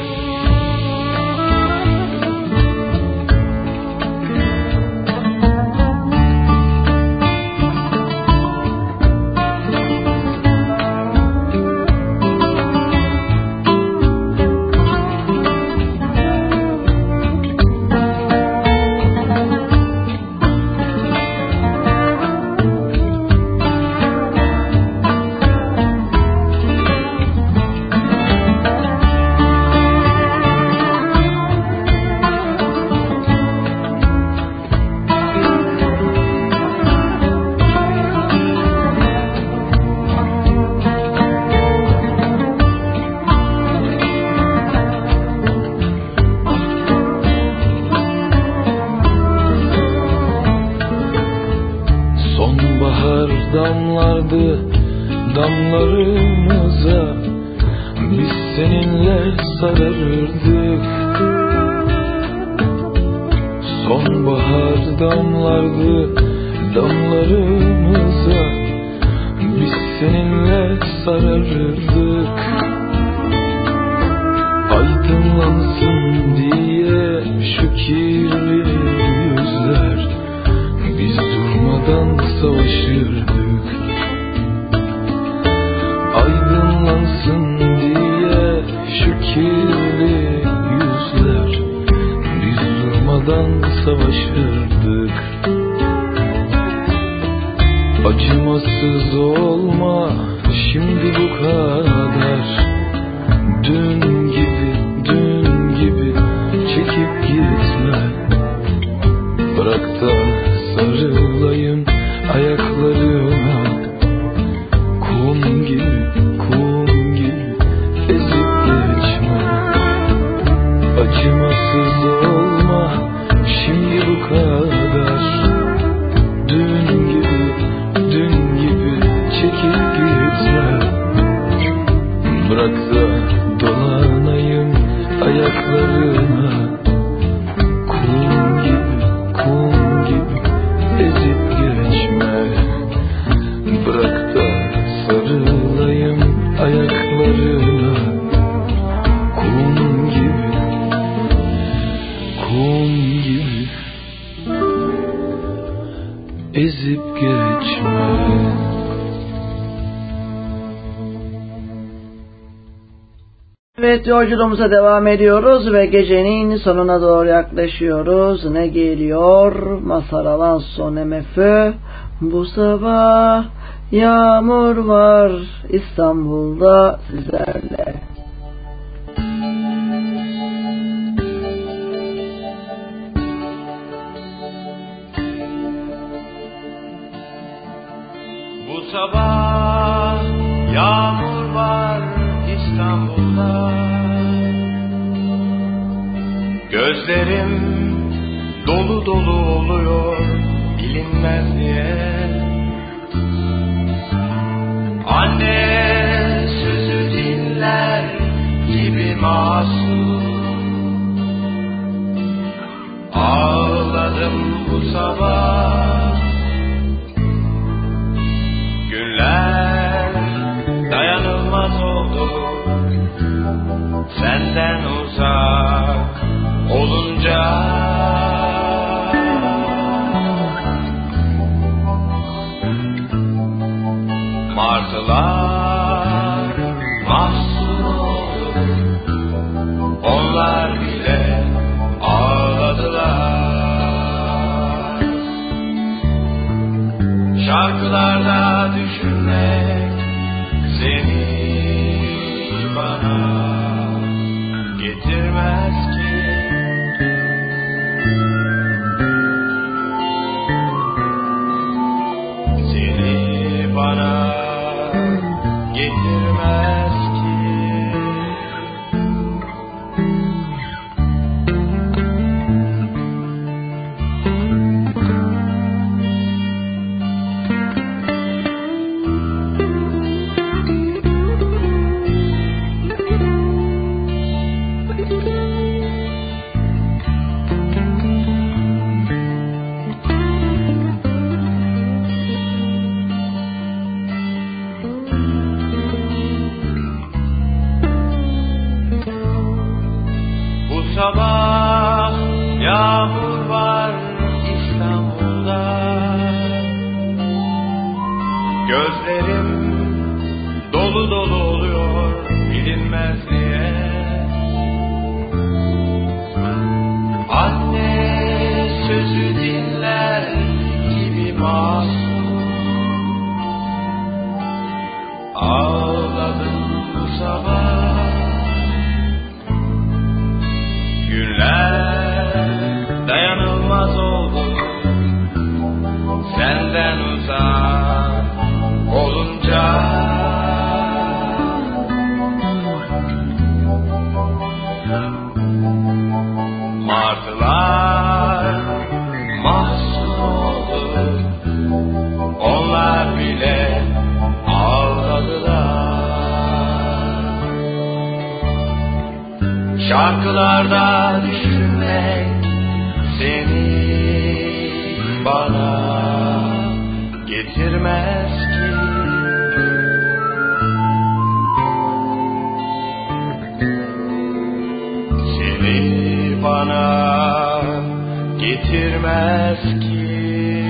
Damlardı damlarımıza, biz seninle sararırdık. Sonbahar damlardı damlarımıza, biz seninle sararırdık. Aydınlansın diye şu kirli yüzler, biz durmadan savaşırdık. Aydınlansın diye şu kirli yüzler, biz durmadan savaşırdık. Acımasız olma şimdi bu kadar. Dün gibi, dün gibi çekip gitme. Bırak da sarılayım ayaklarına. Kum gibi, kum gibi ezip geçme. Acımasız olma şimdi bu kadar. Dün gibi, dün gibi çekip gitme. Bırak da dolanayım ayaklarına. Kum gibi, kum gibi ezip geçme. Bırak da sarılayım ayaklarına. Kum gibi, kum gibi ezip geçme. Evet, yolculuğumuza devam ediyoruz ve gecenin sonuna doğru yaklaşıyoruz. Ne geliyor? Mazhar Alanson M F. Bu sabah yağmur var İstanbul'da sizlerle. Bu sabah yağmur var İstanbul'da. Gözlerim dolu dolu oluyor bilinmez diye. Anne sözü dinler gibi masum. sabah. Günler dayanılmaz oldu, senden uzak olunca. Martılar mahzun oldu, onlar bile ağladılar. Şarkılarda düşünmek seni bana getirmez ki. Seni bana getirmez ki. Sabah yağmur var İstanbul'da, gözlerim dolu dolu oluyor bilinmez niye. Anne sözü dinler gibi masum ağladım bu sabah. Günler dayanılmaz oldu, senden uzak olunca. Martılar mahzun oldu, onlar bile ağladılar. Şarkılarda düşünmek seni bana getirmez ki. Seni bana getirmez ki.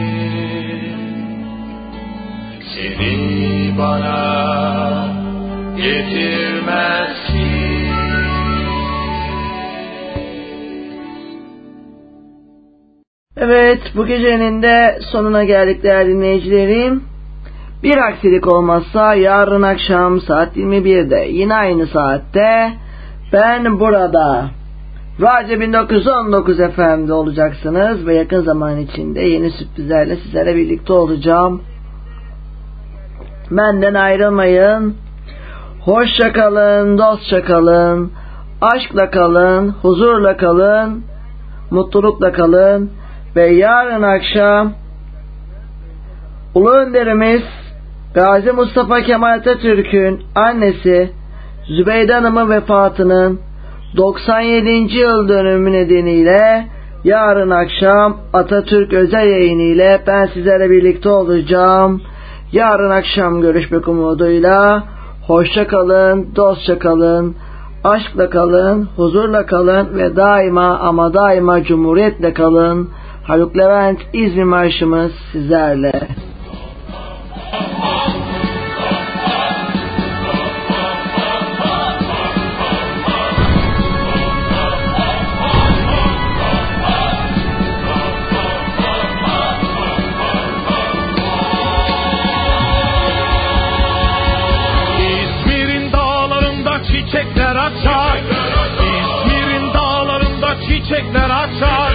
Seni bana getirmez ki. Evet, bu gecenin de sonuna geldik değerli dinleyicilerim. Bir aksilik olmazsa yarın akşam saat yirmi birde yine aynı saatte ben burada Radyo bin dokuz yüz on dokuz F M'de olacaksınız ve yakın zaman içinde yeni sürprizlerle sizlerle birlikte olacağım. Benden ayrılmayın. Hoşça kalın, dostça kalın, aşkla kalın, huzurla kalın, mutlulukla kalın. Ve yarın akşam Ulu Önderimiz Gazi Mustafa Kemal Atatürk'ün annesi Zübeyde Hanım'ın vefatının doksan yedinci yıl dönümü nedeniyle yarın akşam Atatürk özel yayını ile ben sizlerle birlikte olacağım. Yarın akşam görüşmek umuduyla hoşça kalın, dostça kalın, aşkla kalın, huzurla kalın ve daima ama daima cumhuriyetle kalın. Haluk Levent İzmir Marşımız sizlerle. İzmir'in dağlarında çiçekler açar. İzmir'in dağlarında çiçekler açar.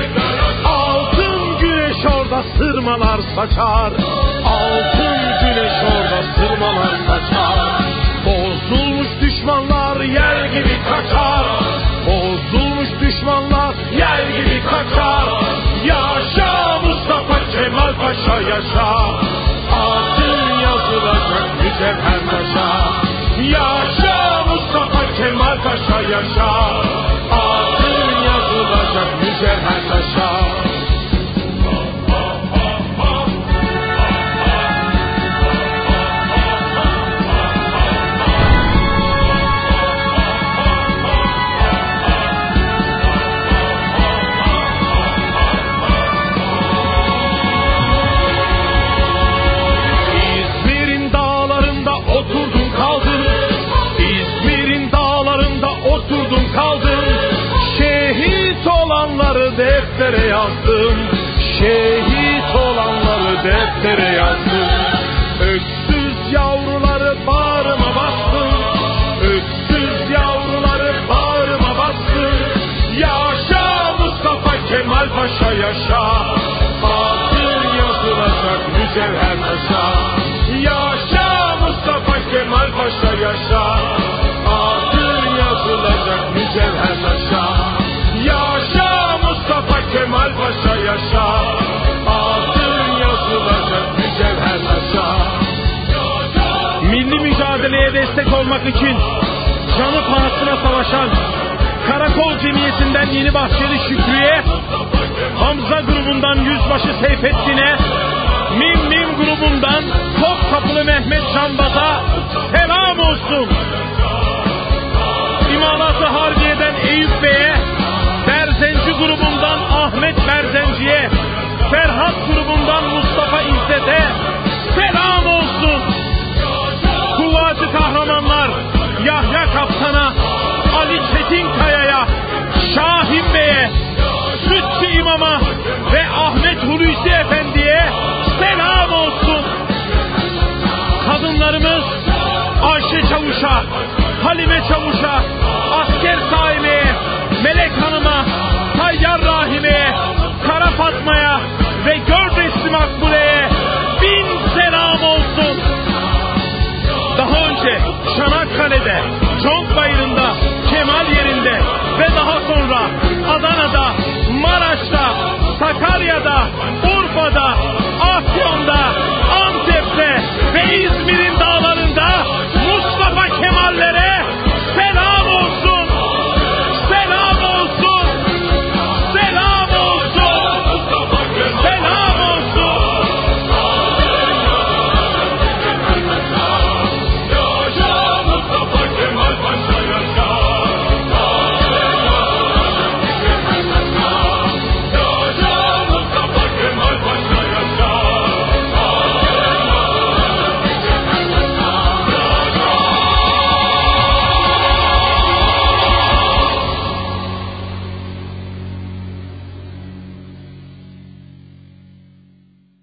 Orada sırmalar saçar, altın güneş orada sırmalar saçar. Bozulmuş düşmanlar yer gibi kaçar, bozulmuş düşmanlar yer gibi kaçar. Yaşa Mustafa Kemal Paşa yaşa, adın yazılacak mücevher taşa. Yaşa Mustafa Kemal Paşa yaşa, adın yazılacak mücevher taşa. deftere yazdım. Şehit olanları deftere yazdım. Öksüz yavruları bağrıma bastım. Öksüz yavruları bağrıma bastım. Yaşa Mustafa Kemal Paşa yaşa. Adın yazılacak mücevher taşa. Yaşa Mustafa Kemal Paşa yaşa. Adın yazılacak mücevher taşa. Yaşa Mustafa Kemal Paşa yaşa. Adın yazılacak mücevher taşa. Milli mücadeleye destek olmak için canı pahasına savaşan Karakol Cemiyeti'nden Yeni Bahçeli Şükrü'ye, Hamza grubundan Yüzbaşı Seyfettin'e, Mim Mim grubundan Topkapılı Mehmet Canbaz'a selam olsun. İmalatı Harbiye'den Eyüp Bey'e, Berzenci grubundan Ahmet Berzenci'ye, Ferhat grubundan Mustafa İzzet'e selam olsun. Kuvvati kahramanlar Yahya Kaptan'a, Ali Çetinkaya'ya, Şahin Bey'e, Sütçü İmam'a ve Ahmet Hulusi Efendi'ye selam olsun. Kadınlarımız Ayşe Çavuş'a, Halime Çavuş'a, Asker Saime'ye, Melek Hanım'a, Tayyar Rahime'ye, Kara Fatma'ya ve Gördesli Makbule'ye bin selam olsun. Daha önce Çanakkale'de, Conk Bayırı'nda, Kemal yerinde ve daha sonra Adana'da,